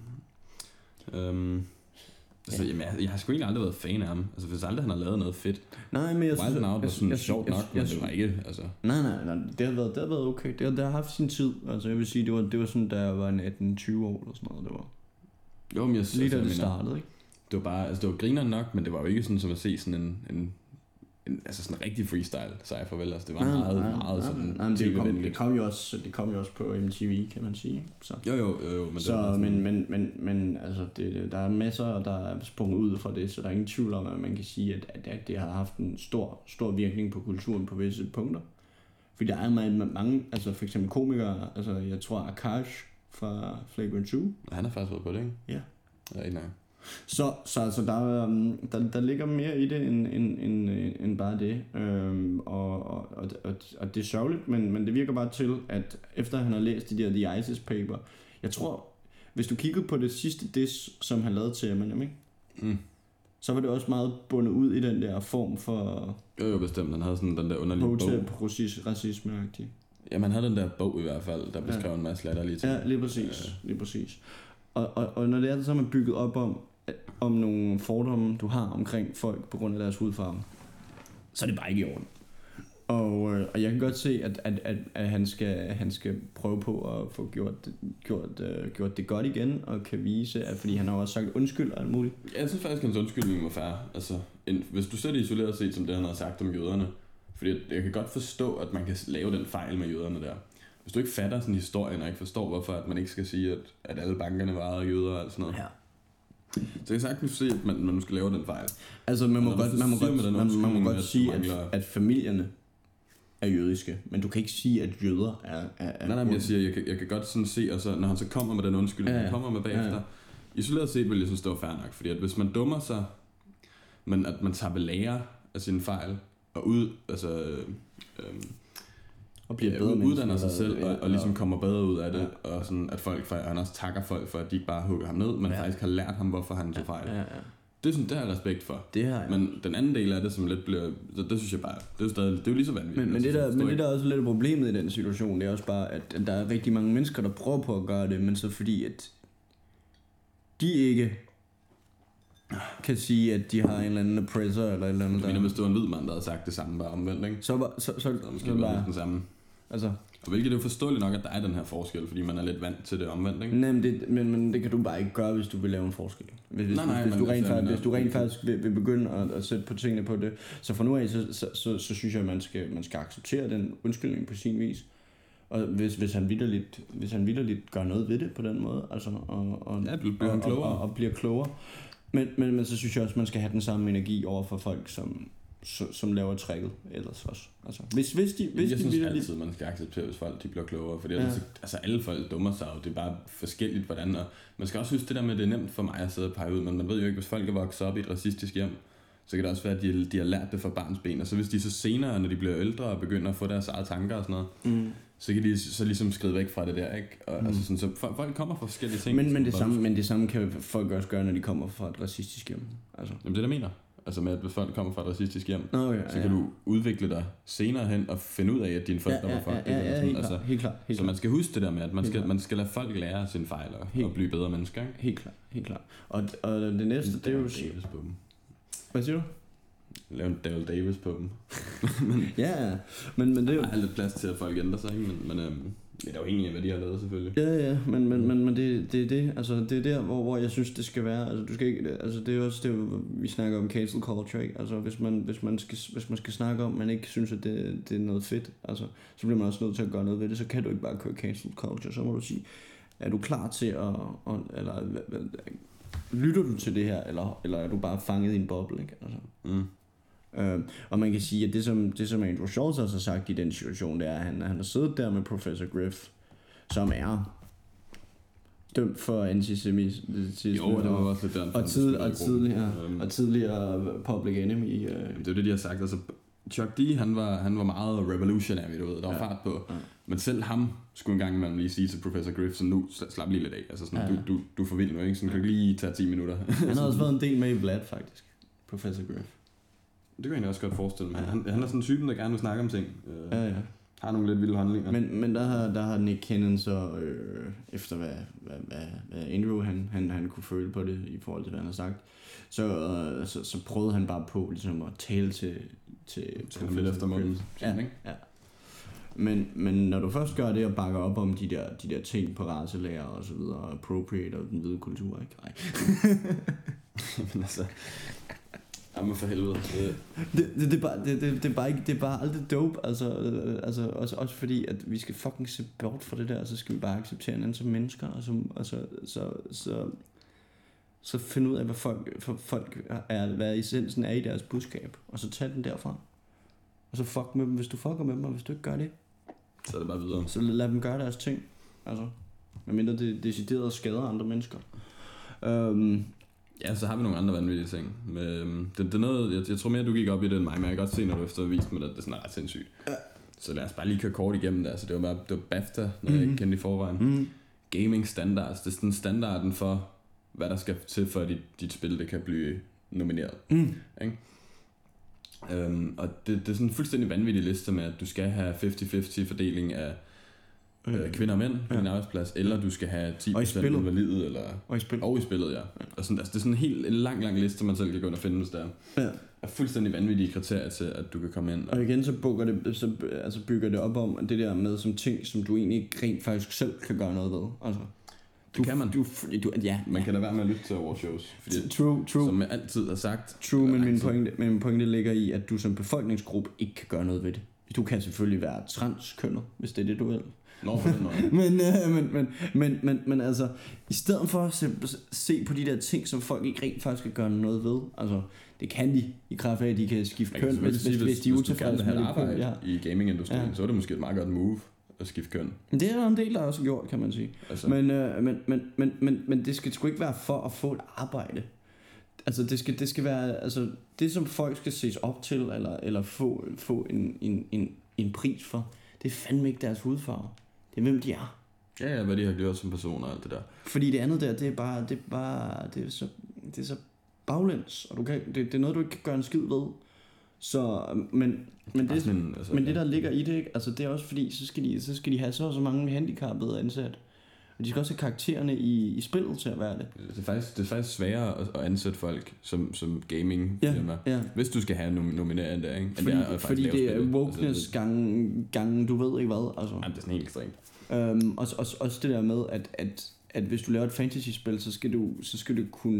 Altså, jamen, jeg har sgu egentlig aldrig været fan af ham. Altså, hvis aldrig han har lavet noget fedt. Nej, men jeg synes... Wild 'N Out var sådan sjovt nok, men det var ikke, altså... Nej, det har været okay. Det har haft sin tid. Altså, jeg vil sige, det var sådan, da jeg var 18-20 år eller sådan noget, det var. Jo, men jeg lige da det startede, ikke? Det var bare... Altså, det var grineren nok, men det var jo ikke sådan, som at se sådan en altså sådan en rigtig freestyle sej farvel. Altså, det var meget sådan... Det kom jo også på MTV, kan man sige. Så. Jo, men så, men altså, der er masser, der er sprunget ud fra det, så der er ingen tvivl om, at man kan sige, at det har haft en stor virkning på kulturen på visse punkter. Fordi der er mange, altså for eksempel komikere, altså jeg tror Akash fra Flagrant 2. Han har faktisk været på det, ikke? Ja. Ja, nej. Så altså, der ligger mere i det end bare det, og det er sørgeligt, men det virker bare til, at efter han har læst de der The ISIS paper, jeg tror, hvis du kiggede på det sidste diss, som han lavede til Eminem, ikke? Så var det også meget bundet ud i den der form for... Jo, bestemt. Han havde sådan den der underlige bog. Racisme-agtig. Ja, man havde den der bog i hvert fald, der beskrev en masse latterlige ting. Ja, lige præcis. Og når det er så man bygget op om nogle fordomme, du har omkring folk på grund af deres hudfarve, så er det bare ikke i orden. Og jeg kan godt se, at han skal prøve på at få gjort det godt igen, og kan vise, at fordi han har også sagt undskyld og alt muligt. Ja, jeg synes faktisk, at hans undskyldning var fair. Altså, hvis du ser det isoleret set, som det han har sagt om jøderne, fordi jeg kan godt forstå, at man kan lave den fejl med jøderne der. Hvis du ikke fatter sådan historien, og ikke forstår, hvorfor at man ikke skal sige, at alle bankerne var jøder og alt sådan noget. Ja. Så jeg kan sagtens se, at man skal lave den fejl. Altså, man må godt sige, at familierne er jødiske, men du kan ikke sige, at jøder er Nej, men jeg siger, jeg kan godt sådan se, og så, når han så kommer med den undskyldning, han kommer med bagefter, isoleret set vil jeg synes, det var fair nok, fordi at hvis man dummer sig, men at man tager ved lære af sine fejl, og og bliver bedre uddanner sig selv, og ligesom kommer bedre ud af det, og sådan, at han også takker folk for, at de ikke bare hugger ham ned, men faktisk har lært ham, hvorfor han tog fejl. Det har jeg respekt for. Det har jeg. Men den anden del af det, som lidt bliver... Det synes jeg bare... Det er jo lige så vanvittigt. Men det der er også lidt problemet i den situation, det er også bare, at der er rigtig mange mennesker, der prøver på at gøre det, men så fordi, at de ikke kan sige, at de har en eller anden oppressor, eller et eller andet. Du mener, hvis det var en hvid mand, der havde sagt det samme, bare omvendt, ikke? Så måske bare den samme. Altså... Og hvilket er jo forståeligt nok, at der er den her forskel, fordi man er lidt vant til det omvendt, ikke? Nej, men det kan du bare ikke gøre, hvis du vil lave en forskel. Hvis du rent faktisk vil begynde at sætte på tingene på det. Så fra nu af, så synes jeg, at man skal acceptere den undskyldning på sin vis. Og hvis han vitterligt gør noget ved det på den måde, altså, og bliver klogere. Men så synes jeg også, man skal have den samme energi over for folk, som laver tricket ellers også. Altså, hvis de jeg synes altid, man skal acceptere, hvis folk de bliver klogere, fordi altså, alle folk dummer sig, og det er bare forskelligt, hvordan. Og man skal også huske det der med, at det er nemt for mig at sidde og pege ud, men man ved jo ikke, hvis folk er vokset op i et racistisk hjem, så kan det også være, at de har lært det fra barnsben, og så hvis de så senere, når de bliver ældre og begynder at få deres eget tanker og sådan noget, så kan de så ligesom skride væk fra det der, ikke? Og, altså sådan, så folk kommer fra forskellige ting. Men det samme kan folk også gøre, når de kommer fra et racistisk hjem. Altså. Jamen det der mener. Altså med, at hvis folk kommer fra et racistisk hjem, så kan du udvikle dig senere hen og finde ud af, at dine forældre var folk. Helt klart. Så man skal huske det der med, at man skal lade folk lære sine fejl og blive bedre mennesker. Ikke? Helt klart. Og det næste, det er jo... Hvad siger du? lave en Daryl Davis på dem. Ja, men det er jo... Der er lidt plads til, at folk ændrer sig, ikke? Men det er afhængigt af, hvad de har lavet, selvfølgelig. Ja, men det er det, altså det er der, hvor jeg synes, det skal være, altså du skal ikke, altså det er også det, vi snakker om cancel culture, ikke? Altså hvis man skal snakke om, man ikke synes, at det er noget fedt, altså så bliver man også nødt til at gøre noget ved det, så kan du ikke bare køre cancel culture, så må du sige, er du klar til eller lytter du til det her, eller er du bare fanget i en boble, ikke? Altså. Og man kan sige, at det som Andrew Schultz også har sagt i den situation, det er, at han har siddet der med Professor Griff, som er dømt for antisemitisme. Jo, det var også lidt og tidligere Public Enemy. Det er det, de har sagt. Altså, Chuck D, han var meget revolutionary, du ved. Der var fart på. Ja. Men selv ham skulle engang man lige sige til Professor Griff, så nu slap lige lidt af. Altså sådan, du er for vild nu, ikke? Sådan, kan du lige tage 10 minutter. Han har også været en del med i Vlad, faktisk. Professor Griff. Det kan jeg egentlig også godt forestille mig. Han er sådan en typen, der gerne vil snakke om ting. Ja. Har nogle lidt vilde handlinger. Men der har Nick Cannon så, efter hvad Andrew han kunne føle på det, i forhold til hvad han har sagt, så prøvede han bare på ligesom at tale til lidt efter munden. Ja. Men når du først gør det og bakker op om de der ting på racelærer og så videre, appropriate og den hvide kultur, ikke? Nej. Men altså... Jamen for helvede. Det er bare aldrig dope, altså også fordi at vi skal fucking se bort fra det der, så skal vi bare acceptere hinanden som mennesker, og så finde ud af hvad folk er, hvad essensen er i deres budskab, og så tage den derfra. Og så fuck med dem, hvis du fucker med dem, og hvis du ikke gør det, så er det bare videre. Så lad dem gøre deres ting, altså medmindre det decideret skader andre mennesker. Ja, så har vi nogle andre vanvittige ting. Det er noget, jeg tror mere, du gik op i det end mig, men jeg kan godt se, når du efter vist mig, at det er sådan ret sindssygt. Ja. Så lad os bare lige køre kort igennem det. Altså, det var BAFTA, når jeg ikke kendte i forvejen. Gaming standards, det er sådan standarden for, hvad der skal til, for at dit spil det kan blive nomineret. Ikke? Og det er sådan en fuldstændig vanvittig liste med, at du skal have 50-50 fordeling af kvinder og mænd på din arbejdsplads, eller du skal have 10% invalidet, eller og i spillet, ja. Og sådan, altså, det er sådan en helt lang liste, man selv kan gå ind og finde, hvis der er fuldstændig vanvittige kriterier til, at du kan komme ind. Og igen, så bygger det op om det der med som ting, som du egentlig ikke rent faktisk selv kan gøre noget ved. Altså, det kan man. Man kan da være med at lytte til awardshows. True. Som jeg altid har sagt. True, men min pointe ligger i, at du som befolkningsgruppe ikke kan gøre noget ved det. Du kan selvfølgelig være transkønnet, hvis det er det, du vil. Nå, for den måde. men altså, i stedet for at se på de der ting, som folk ikke rent faktisk kan gøre noget ved, altså, det kan de i kraft af, at de kan skifte køn, hvis de er utilfredse med det arbejde i gamingindustrien, så er det måske et meget godt move at skifte køn. Det er der en del, der også gjort, kan man sige. Altså. Men det skal sgu ikke være for at få et arbejde. Altså det skal være, altså det som folk skal ses op til, eller få en pris for, det er fandme ikke deres hudfarve. Det er hvem de er. Ja, hvad de har gjort som personer og alt det der. Fordi det andet der, det er så baglæns, og det er noget du ikke kan gøre en skid ved. Så men det der ligger i det, ikke? Altså det er også fordi så skal de have så mange handicappede ansat. Og de skal også have karaktererne i spillet til at være det. Det er faktisk sværere at ansætte folk som gaming-firma, hvis du skal have nomineret der, ikke? Fordi det er wokeness gange du ved ikke hvad. Altså. Jamen, det er sådan helt ekstremt. Også det der med, at hvis du laver et fantasy-spil, så skal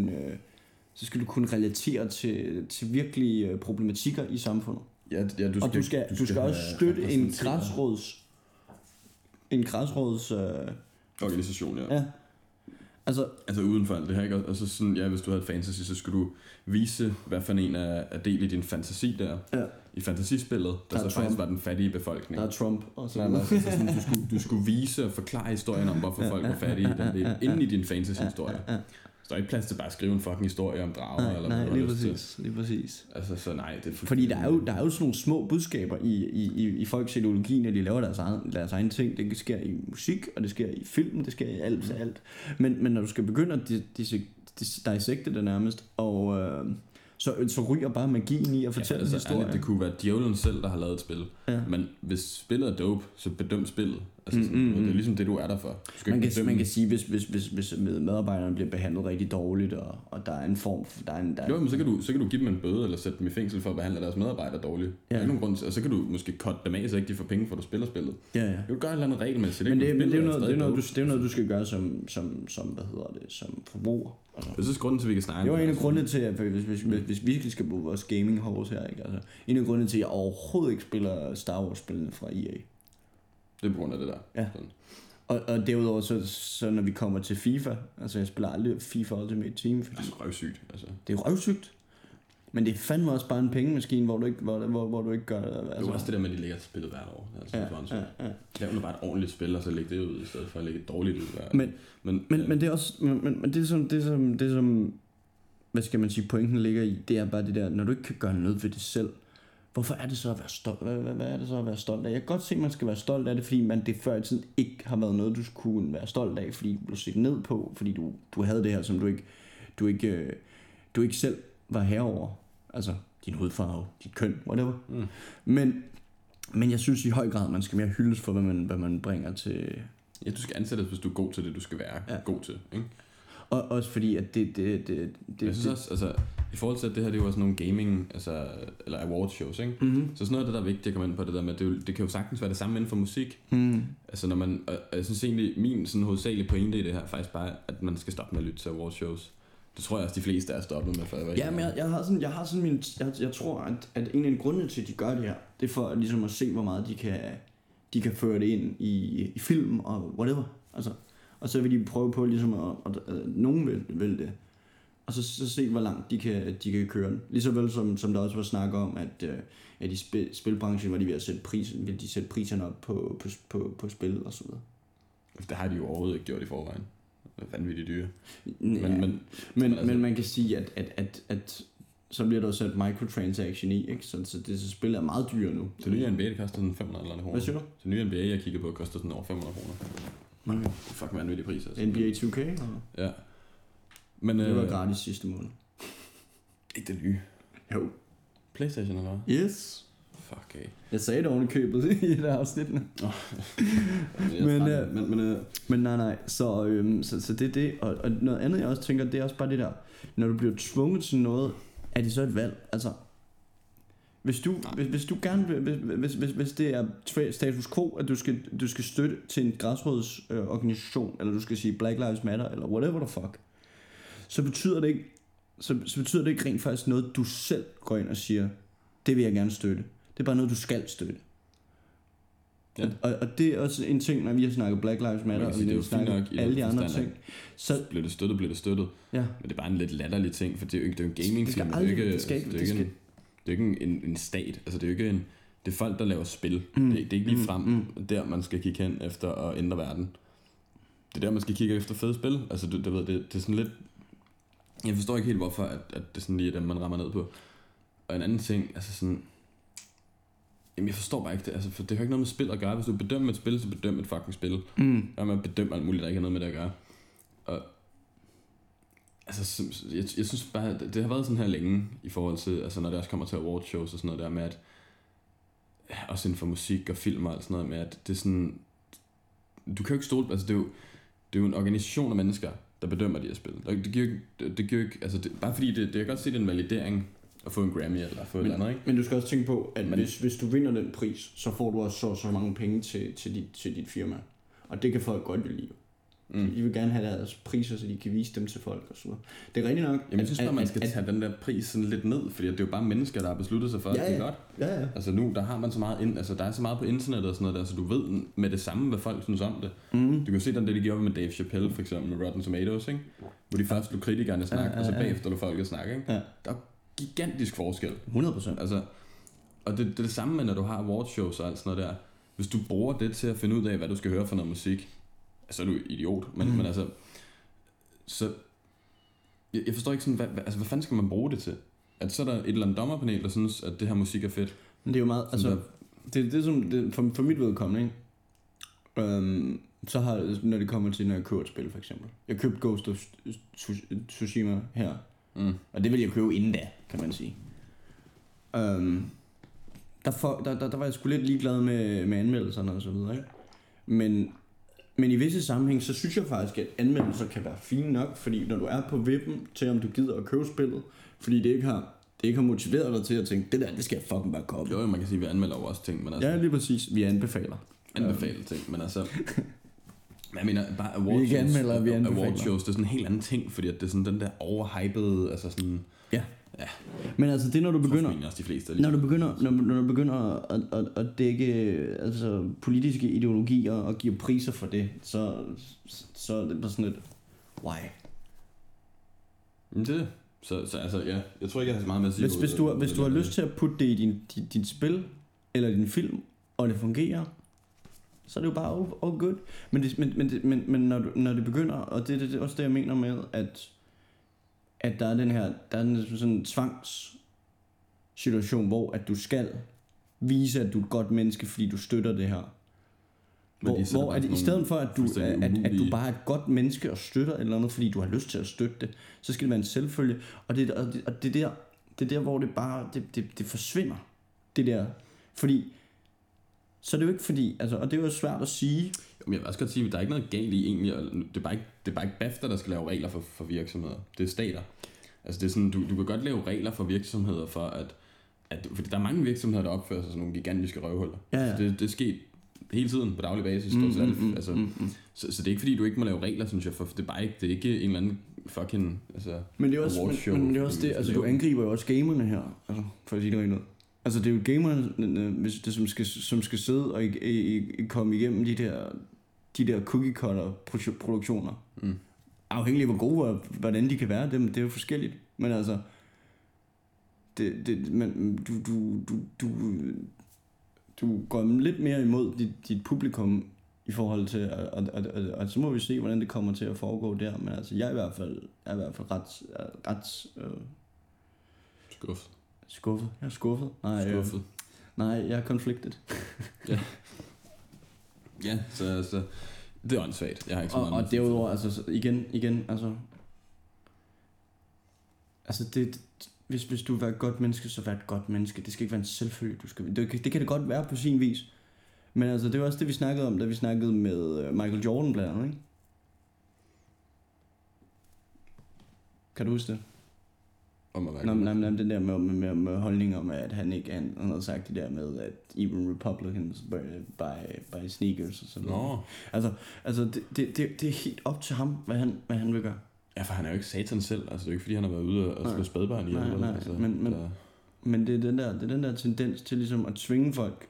du kunne relatere til virkelige problematikker i samfundet. Ja, du skal også støtte en græsrods organisation, ja. Altså uden for alt det her, ikke? Altså sådan, ja, hvis du havde et fantasy, så skulle du vise, hvad for en er del i din fantasi der. Ja. I fantasispillet, der så faktisk var den fattige befolkning. Der er Trump også. Du skulle vise og forklare historien om, hvorfor folk var fattige i den del, inden i din fantasy-historie. Så der er ikke plads til bare at skrive en fucking historie om drager, eller nej, lige præcis. Altså, så nej, det er fordi der er jo sådan nogle små budskaber i folks ideologi, når de laver deres egen ting. Det sker i musik, og det sker i film, det sker i alt. Men når du skal begynde at dissecte det nærmest, og så ryger bare magien i at fortælle en historie. Det kunne være djævlen selv, der har lavet et spil. Ja. Men hvis spillet er dope, så bedøm spillet. Altså, sådan, det er ligesom det, du er der for. Man kan sige, hvis medarbejderne bliver behandlet rigtig dårligt, og der er en form for... Jo, men så kan du give dem en bøde, eller sætte dem i fængsel for at behandle deres medarbejdere dårligt. Ja. Der er ikke nogen grund til, og så kan du måske cutte dem af, så ikke de får penge for, at du spiller spillet. Ja. Du kan gøre et eller andet regelmæssigt. Men det er noget, du skal gøre som forbruger. Altså. Det er så grunden til, at vi kan snakke. Det var en af grundene til, at hvis vi skal bruge vores gaming horse her, ikke? Altså, en af grundene til, at jeg overhovedet ikke spiller Star Wars-spillene fra EA. Det er på grund af det der. Ja. Og derudover, så når vi kommer til FIFA, altså jeg spiller aldrig FIFA Ultimate Team. Fordi det er røvsygt. Altså. Det er røvsygt. Men det er fandme også bare en pengemaskine, hvor du ikke gør... Altså. Det er også det der med, at de lægger spillet hvert år. Altså, ja. Det er jo bare et ordentligt spil, og så lægge det ud, i stedet for at lægge et dårligt ud. Men det er også... Men det som hvad skal man sige, pointen ligger i, det er bare det der, når du ikke kan gøre noget ved det selv, hvorfor er det så at være stolt? Hvad er det så at være stolt af? Jeg kan godt se, at man skal være stolt af det, fordi det før i tiden ikke har været noget, du kunne være stolt af, fordi du blev set ned på, fordi du havde det her, som du ikke selv var herover. Altså din hudfarve, dit køn, whatever. Men jeg synes i høj grad, man skal mere hyldes for, hvad man bringer til... Ja, du skal ansættes, hvis du er god til det, du skal være god til, ikke? Og også fordi, at det jeg synes også, altså, i forhold til, at det her, det er jo også nogle gaming, altså, eller award shows, ikke? Så sådan noget af det, der er vigtigt at komme ind på, det der med, det kan jo sagtens være det samme inden for musik. Altså, når man, og jeg synes egentlig, min sådan hovedsagelige pointe i det her, faktisk bare, at man skal stoppe med at lytte til award shows. Det tror jeg også, de fleste er stoppet med, for jeg var ja, men jeg tror, at en af de grunde til, at de gør det her, det er for ligesom at se, hvor meget de kan føre det ind i film og whatever, altså. Og så vil de prøve på ligesom at nogen vil det. Og så se, hvor langt de kan køre den. Lige så vel som der også var snak om, at i spilbranchen var de ved at sætte priserne op på spil og så videre. Det har de jo overhovedet ikke gjort i forvejen. Det er vanvittigt dyre. Men man kan sige, at så bliver der også sat microtransaction i, ikke? Så det så spil er meget dyre nu. Så nye NBA, det koster sådan 500 eller kroner. Hvad siger du? Så nye NBA, jeg kigger på, koster sådan over 500 kroner. Okay. Det er fucking vanvittige priser. Altså. NBA 2K? Eller? Ja. Men, det var gratis sidste måned. Ikke det nye. Jo. PlayStation eller hvad? Yes. Fuck af. Jeg sagde det oven i købet i det afsnittene. Men nej. Så det er det. Og noget andet, jeg også tænker, det er også bare det der. Når du bliver tvunget til noget, er det så et valg? Altså, hvis du gerne hvis det er status quo, at du skal støtte til en græsrodsorganisation, eller du skal sige Black Lives Matter, eller whatever the fuck, så betyder det ikke rent faktisk noget, du selv går ind og siger, det vil jeg gerne støtte. Det er bare noget, du skal støtte. Ja. Og det er også en ting, når vi har snakket Black Lives Matter, og vi har snakket alle de andre ting. Så bliver det støttet. Ja. Men det er bare en lidt latterlig ting, for det er jo ikke en gaming-film. Det er ikke en stat. Altså, det er jo ikke det er folk, der laver spil. Det er ikke lige frem der, man skal kigge hen efter at ændre verden. Det er der, man skal kigge efter fede spil. Altså, det er sådan lidt... Jeg forstår ikke helt, hvorfor at det sådan lige er dem, man rammer ned på. Og en anden ting, altså sådan... Jamen, jeg forstår bare ikke det, altså, for det har ikke noget med spil at gøre. Hvis du bedømmer et spil, så bedøm et fucking spil. Og man bedømmer alt muligt, der ikke har noget med det at gøre. Og altså, jeg synes bare, det har været sådan her længe, i forhold til, altså når det også kommer til award shows og sådan noget der med, at også inden for musik og film og alt sådan noget med, at det er sådan, du kan jo ikke stole, altså det er jo en organisation af mennesker, der bedømmer de her spil. Det giver ikke, altså bare fordi det kan godt se, det er en validering at få en Grammy eller få et eller andet, ikke? Men du skal også tænke på, at hvis du vinder den pris, så får du også så mange penge til dit firma. Og det kan folk godt lide. De vil gerne have deres priser, så de kan vise dem til folk og så. Det er rigtigt nok. Jamen, jeg synes bare, man skal tage den der pris sådan lidt ned, fordi det er jo bare mennesker, der har besluttet sig for, at det er godt. Ja. Altså nu, der har man så meget altså der er så meget på internettet og sådan noget der, så du ved med det samme, hvad folk synes om det. Du kan se den det, de gjorde med Dave Chappelle, for eksempel med Rotten Tomatoes, ikke? Hvor de først lå kritikerne snakke, og så bagefter lå folket snakke, ikke? Ja. Der er gigantisk forskel. 100%. Altså, og det er det samme med, når du har awardshows og alt sådan noget der. Hvis du bruger det til at finde ud af, hvad du skal høre for noget musik, så er du idiot, men altså, så, jeg forstår ikke sådan, hvad fanden skal man bruge det til? At så er der et eller andet dommerpanel, der synes, at det her musik er fedt. Men det er jo meget, altså, det som, for mit vedkommende, ikke? Så har, når det kommer til, når jeg køber et spil, for eksempel. Jeg købte Ghost of Tsushima her, og det ville jeg købe inden da, kan man sige. Der var jeg sgu lidt ligeglad med anmeldelserne og så videre, ikke? Men i visse sammenhæng, så synes jeg faktisk, at anmeldelser kan være fine nok, fordi når du er på vippen til, om du gider at købe spillet, fordi det ikke har motiveret dig til at tænke, det skal jeg fucking bare komme. Jo, man kan sige, at vi anmelder jo også ting, men altså... Ja, lige præcis. Vi anbefaler ting, men altså... Jeg mener, bare award shows, det er sådan en helt anden ting, fordi at det er sådan den der overhypede, altså sådan... Ja. Men altså det, når du begynder... Når du begynder at dække altså, politiske ideologier og give priser for det, så er det bare sådan lidt... Why? Det så altså, ja, jeg tror ikke, jeg har så meget med at sige... Hvis du har lyst til at putte det i dit spil, eller din film, og det fungerer, så er det jo bare all good. Men når det begynder, og det er også det, jeg mener med, at der er sådan en tvangssituation, hvor at du skal vise, at du er et godt menneske, fordi du støtter det her. Hvor at i stedet for, at du bare er et godt menneske og støtter eller noget, fordi du har lyst til at støtte det, så skal det være en selvfølge. Og det er der, hvor det bare det forsvinder. Det der. Fordi så er det jo ikke fordi, altså, og det er jo svært at sige. Men jeg vil også godt sige, at der er ikke noget galt i egentlig, det er bare ikke BAFTA, der skal lave regler for virksomheder. Det er stater. Altså det er sådan, du kan godt lave regler for virksomheder for fordi der er mange virksomheder, der opfører sig som nogle gigantiske røvhuller. Ja. Så det sker hele tiden på daglig basis. Så det er ikke fordi, du ikke må lave regler, synes jeg, for det er bare ikke, det er ikke en eller anden fucking men det er også, men det er også det, altså du angriber jo også gamerne her, altså, for at sige det rent ud. Altså det er jo gamerne, som skal sidde og komme igennem de der cookie cutter produktioner. Afhængig af hvor gode, hvordan de kan være, det er jo forskelligt. Men altså du går lidt mere imod dit publikum i forhold til og så må vi se, hvordan det kommer til at foregå der. Men altså jeg er i hvert fald ret skuffet. Jeg er skuffet. Nej, jeg er conflicted. Ja, så det er åndssvagt. Jeg har ikke så meget. Og derudover, altså igen, altså det, hvis du vil være et godt menneske, så vær et godt menneske. Det skal ikke være en selvfølge. Det kan det godt være på sin vis. Men altså, det var også det, vi snakkede om, da vi snakkede med Michael Jordan blandt andet, ikke? Kan du huske det? Nej, den der med holdninger med, at han ikke han havde sagt det der med, at even Republicans buy sneakers og sådan noget. Altså det er helt op til ham, hvad han vil gøre. Ja, for han er jo ikke satan selv. Altså det er jo ikke fordi, han har været ude og slå spædbarn i. Nej. Altså, men det er den der tendens til ligesom at tvinge folk,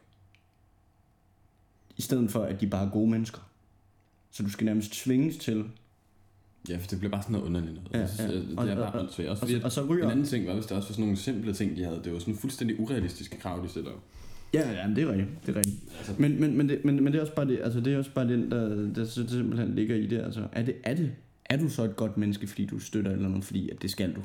i stedet for at de bare er gode mennesker. Så du skal nærmest tvinges til. Ja, for det bliver bare sådan noget underligt noget. Ja. Det er bare åndssvagt. Og så ryger en anden ting var, hvis det også var sådan nogle simple ting, de havde. Det var sådan fuldstændig urealistiske krav, de stiller. Ja, det er rigtigt. Altså, men det er også bare det. Altså det er også bare den der simpelthen ligger i det. Altså er du så et godt menneske, fordi du støtter eller noget, fordi at det skal du?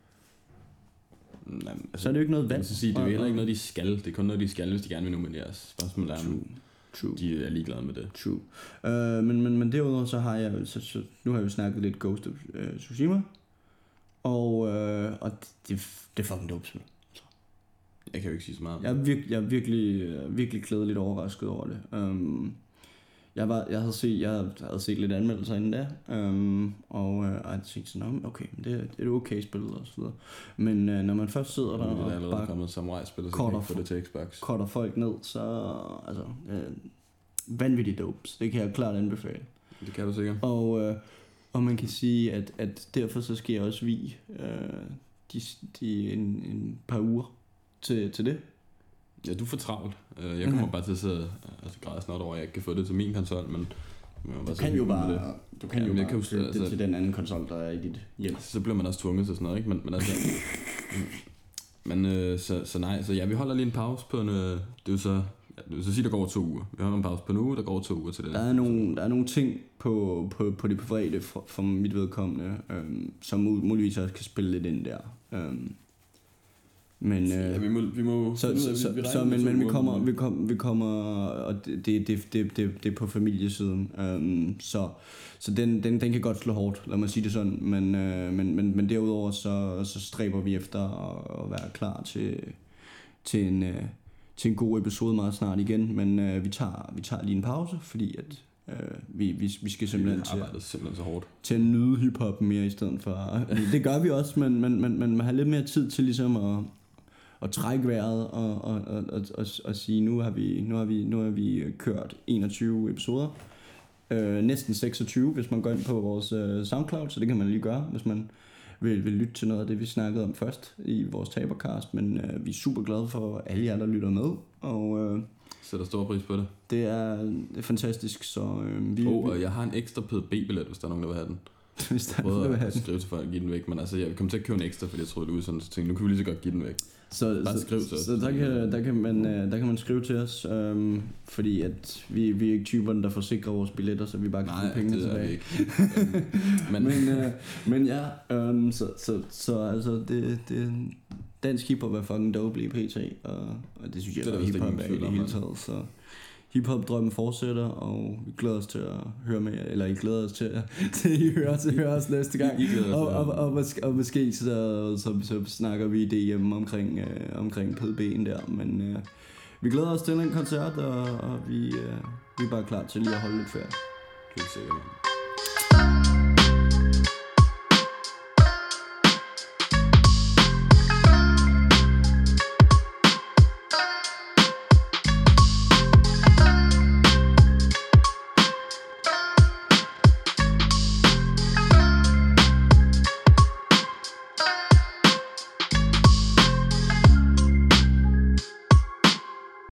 Altså, så er det jo ikke noget valg. Det er jo heller ikke noget, de skal. Det er kun noget, de skal, hvis de gerne vil nomineres. Spørgsmålet er, True. De er ligeglade med det. True. Men derudover så har jeg nu har jeg jo snakket lidt Ghost of Tsushima, og det er fucking dope spil. Jeg kan jo ikke sige så meget. Jeg er virkelig glædeligt overrasket over det. Jeg havde set lidt anmeldelser inden da, og jeg tænkte sådan, okay, det er et okay spil og så videre. Men når man først sidder der og bare kommet samurai-spil, så kan få det til Xbox. Cutter folk ned, så altså vanvittigt dopes. Det kan jeg klart anbefale. Det kan du sikkert. Og man kan sige, at derfor så skal jeg også vie en par uger til det. Ja, du er for travlt. Jeg kommer bare til at sidde og græde snart over, at jeg ikke kan få det til min konsol, men du kan jo bare det til den anden konsol, der er i dit hjem. Så bliver man også tvunget til sådan noget, ikke? Men altså, så nej, så ja, vi holder lige en pause på det er jo så, så sige, der går 2 uger. Vi holder en pause på en uge, der går 2 uger til det. Der er nogle ting på det private for mit vedkommende, som muligvis også kan spille lidt ind der. Men ja, vi må vi kommer og det er på familiesiden, så den kan godt slå hårdt, lad mig sige det sådan, men derudover så stræber vi efter at være klar til til en god episode meget snart igen, men vi tager lige en pause, fordi at vi skal simpelthen så hårdt til at nyde hiphop mere i stedet for. Det gør vi også, men man har lidt mere tid til ligesom at trække vejret og sige, nu har vi kørt 21 episoder. Næsten 26, hvis man går ind på vores SoundCloud, så det kan man lige gøre, hvis man vil lytte til noget af det, vi snakkede om først i vores tabercast, men vi er super glade for alle jer, der lytter med, og sætter stor pris på det. Det er fantastisk, så og jeg har en ekstra PDB-billet, hvis der er nogen, der vil have den. Hvis der er nogen, der vil have den. Skrive til folk og give den væk, men altså, jeg kommer til at købe en ekstra, fordi jeg troede det ud sådan, så tænkte, nu kan vi lige så godt give den væk. Så der kan man skrive til os, fordi at vi er ikke typerne, der forsikrer vores billetter, så vi bare kan få pengene tilbage. Nej, det er vi ikke. men ja, så altså det dansk hiphop er fucking dope lige pt, og det synes jeg det er hiphop er i det hele taget, så hiphop-drømmen fortsætter, og vi glæder os til at høre med, eller I glæder os til at høre os næste gang. Og måske så snakker vi det hjemme omkring PDB'en der, men vi glæder os til en koncert, og vi er bare klar til lige at holde lidt ferie. Helt sikkert.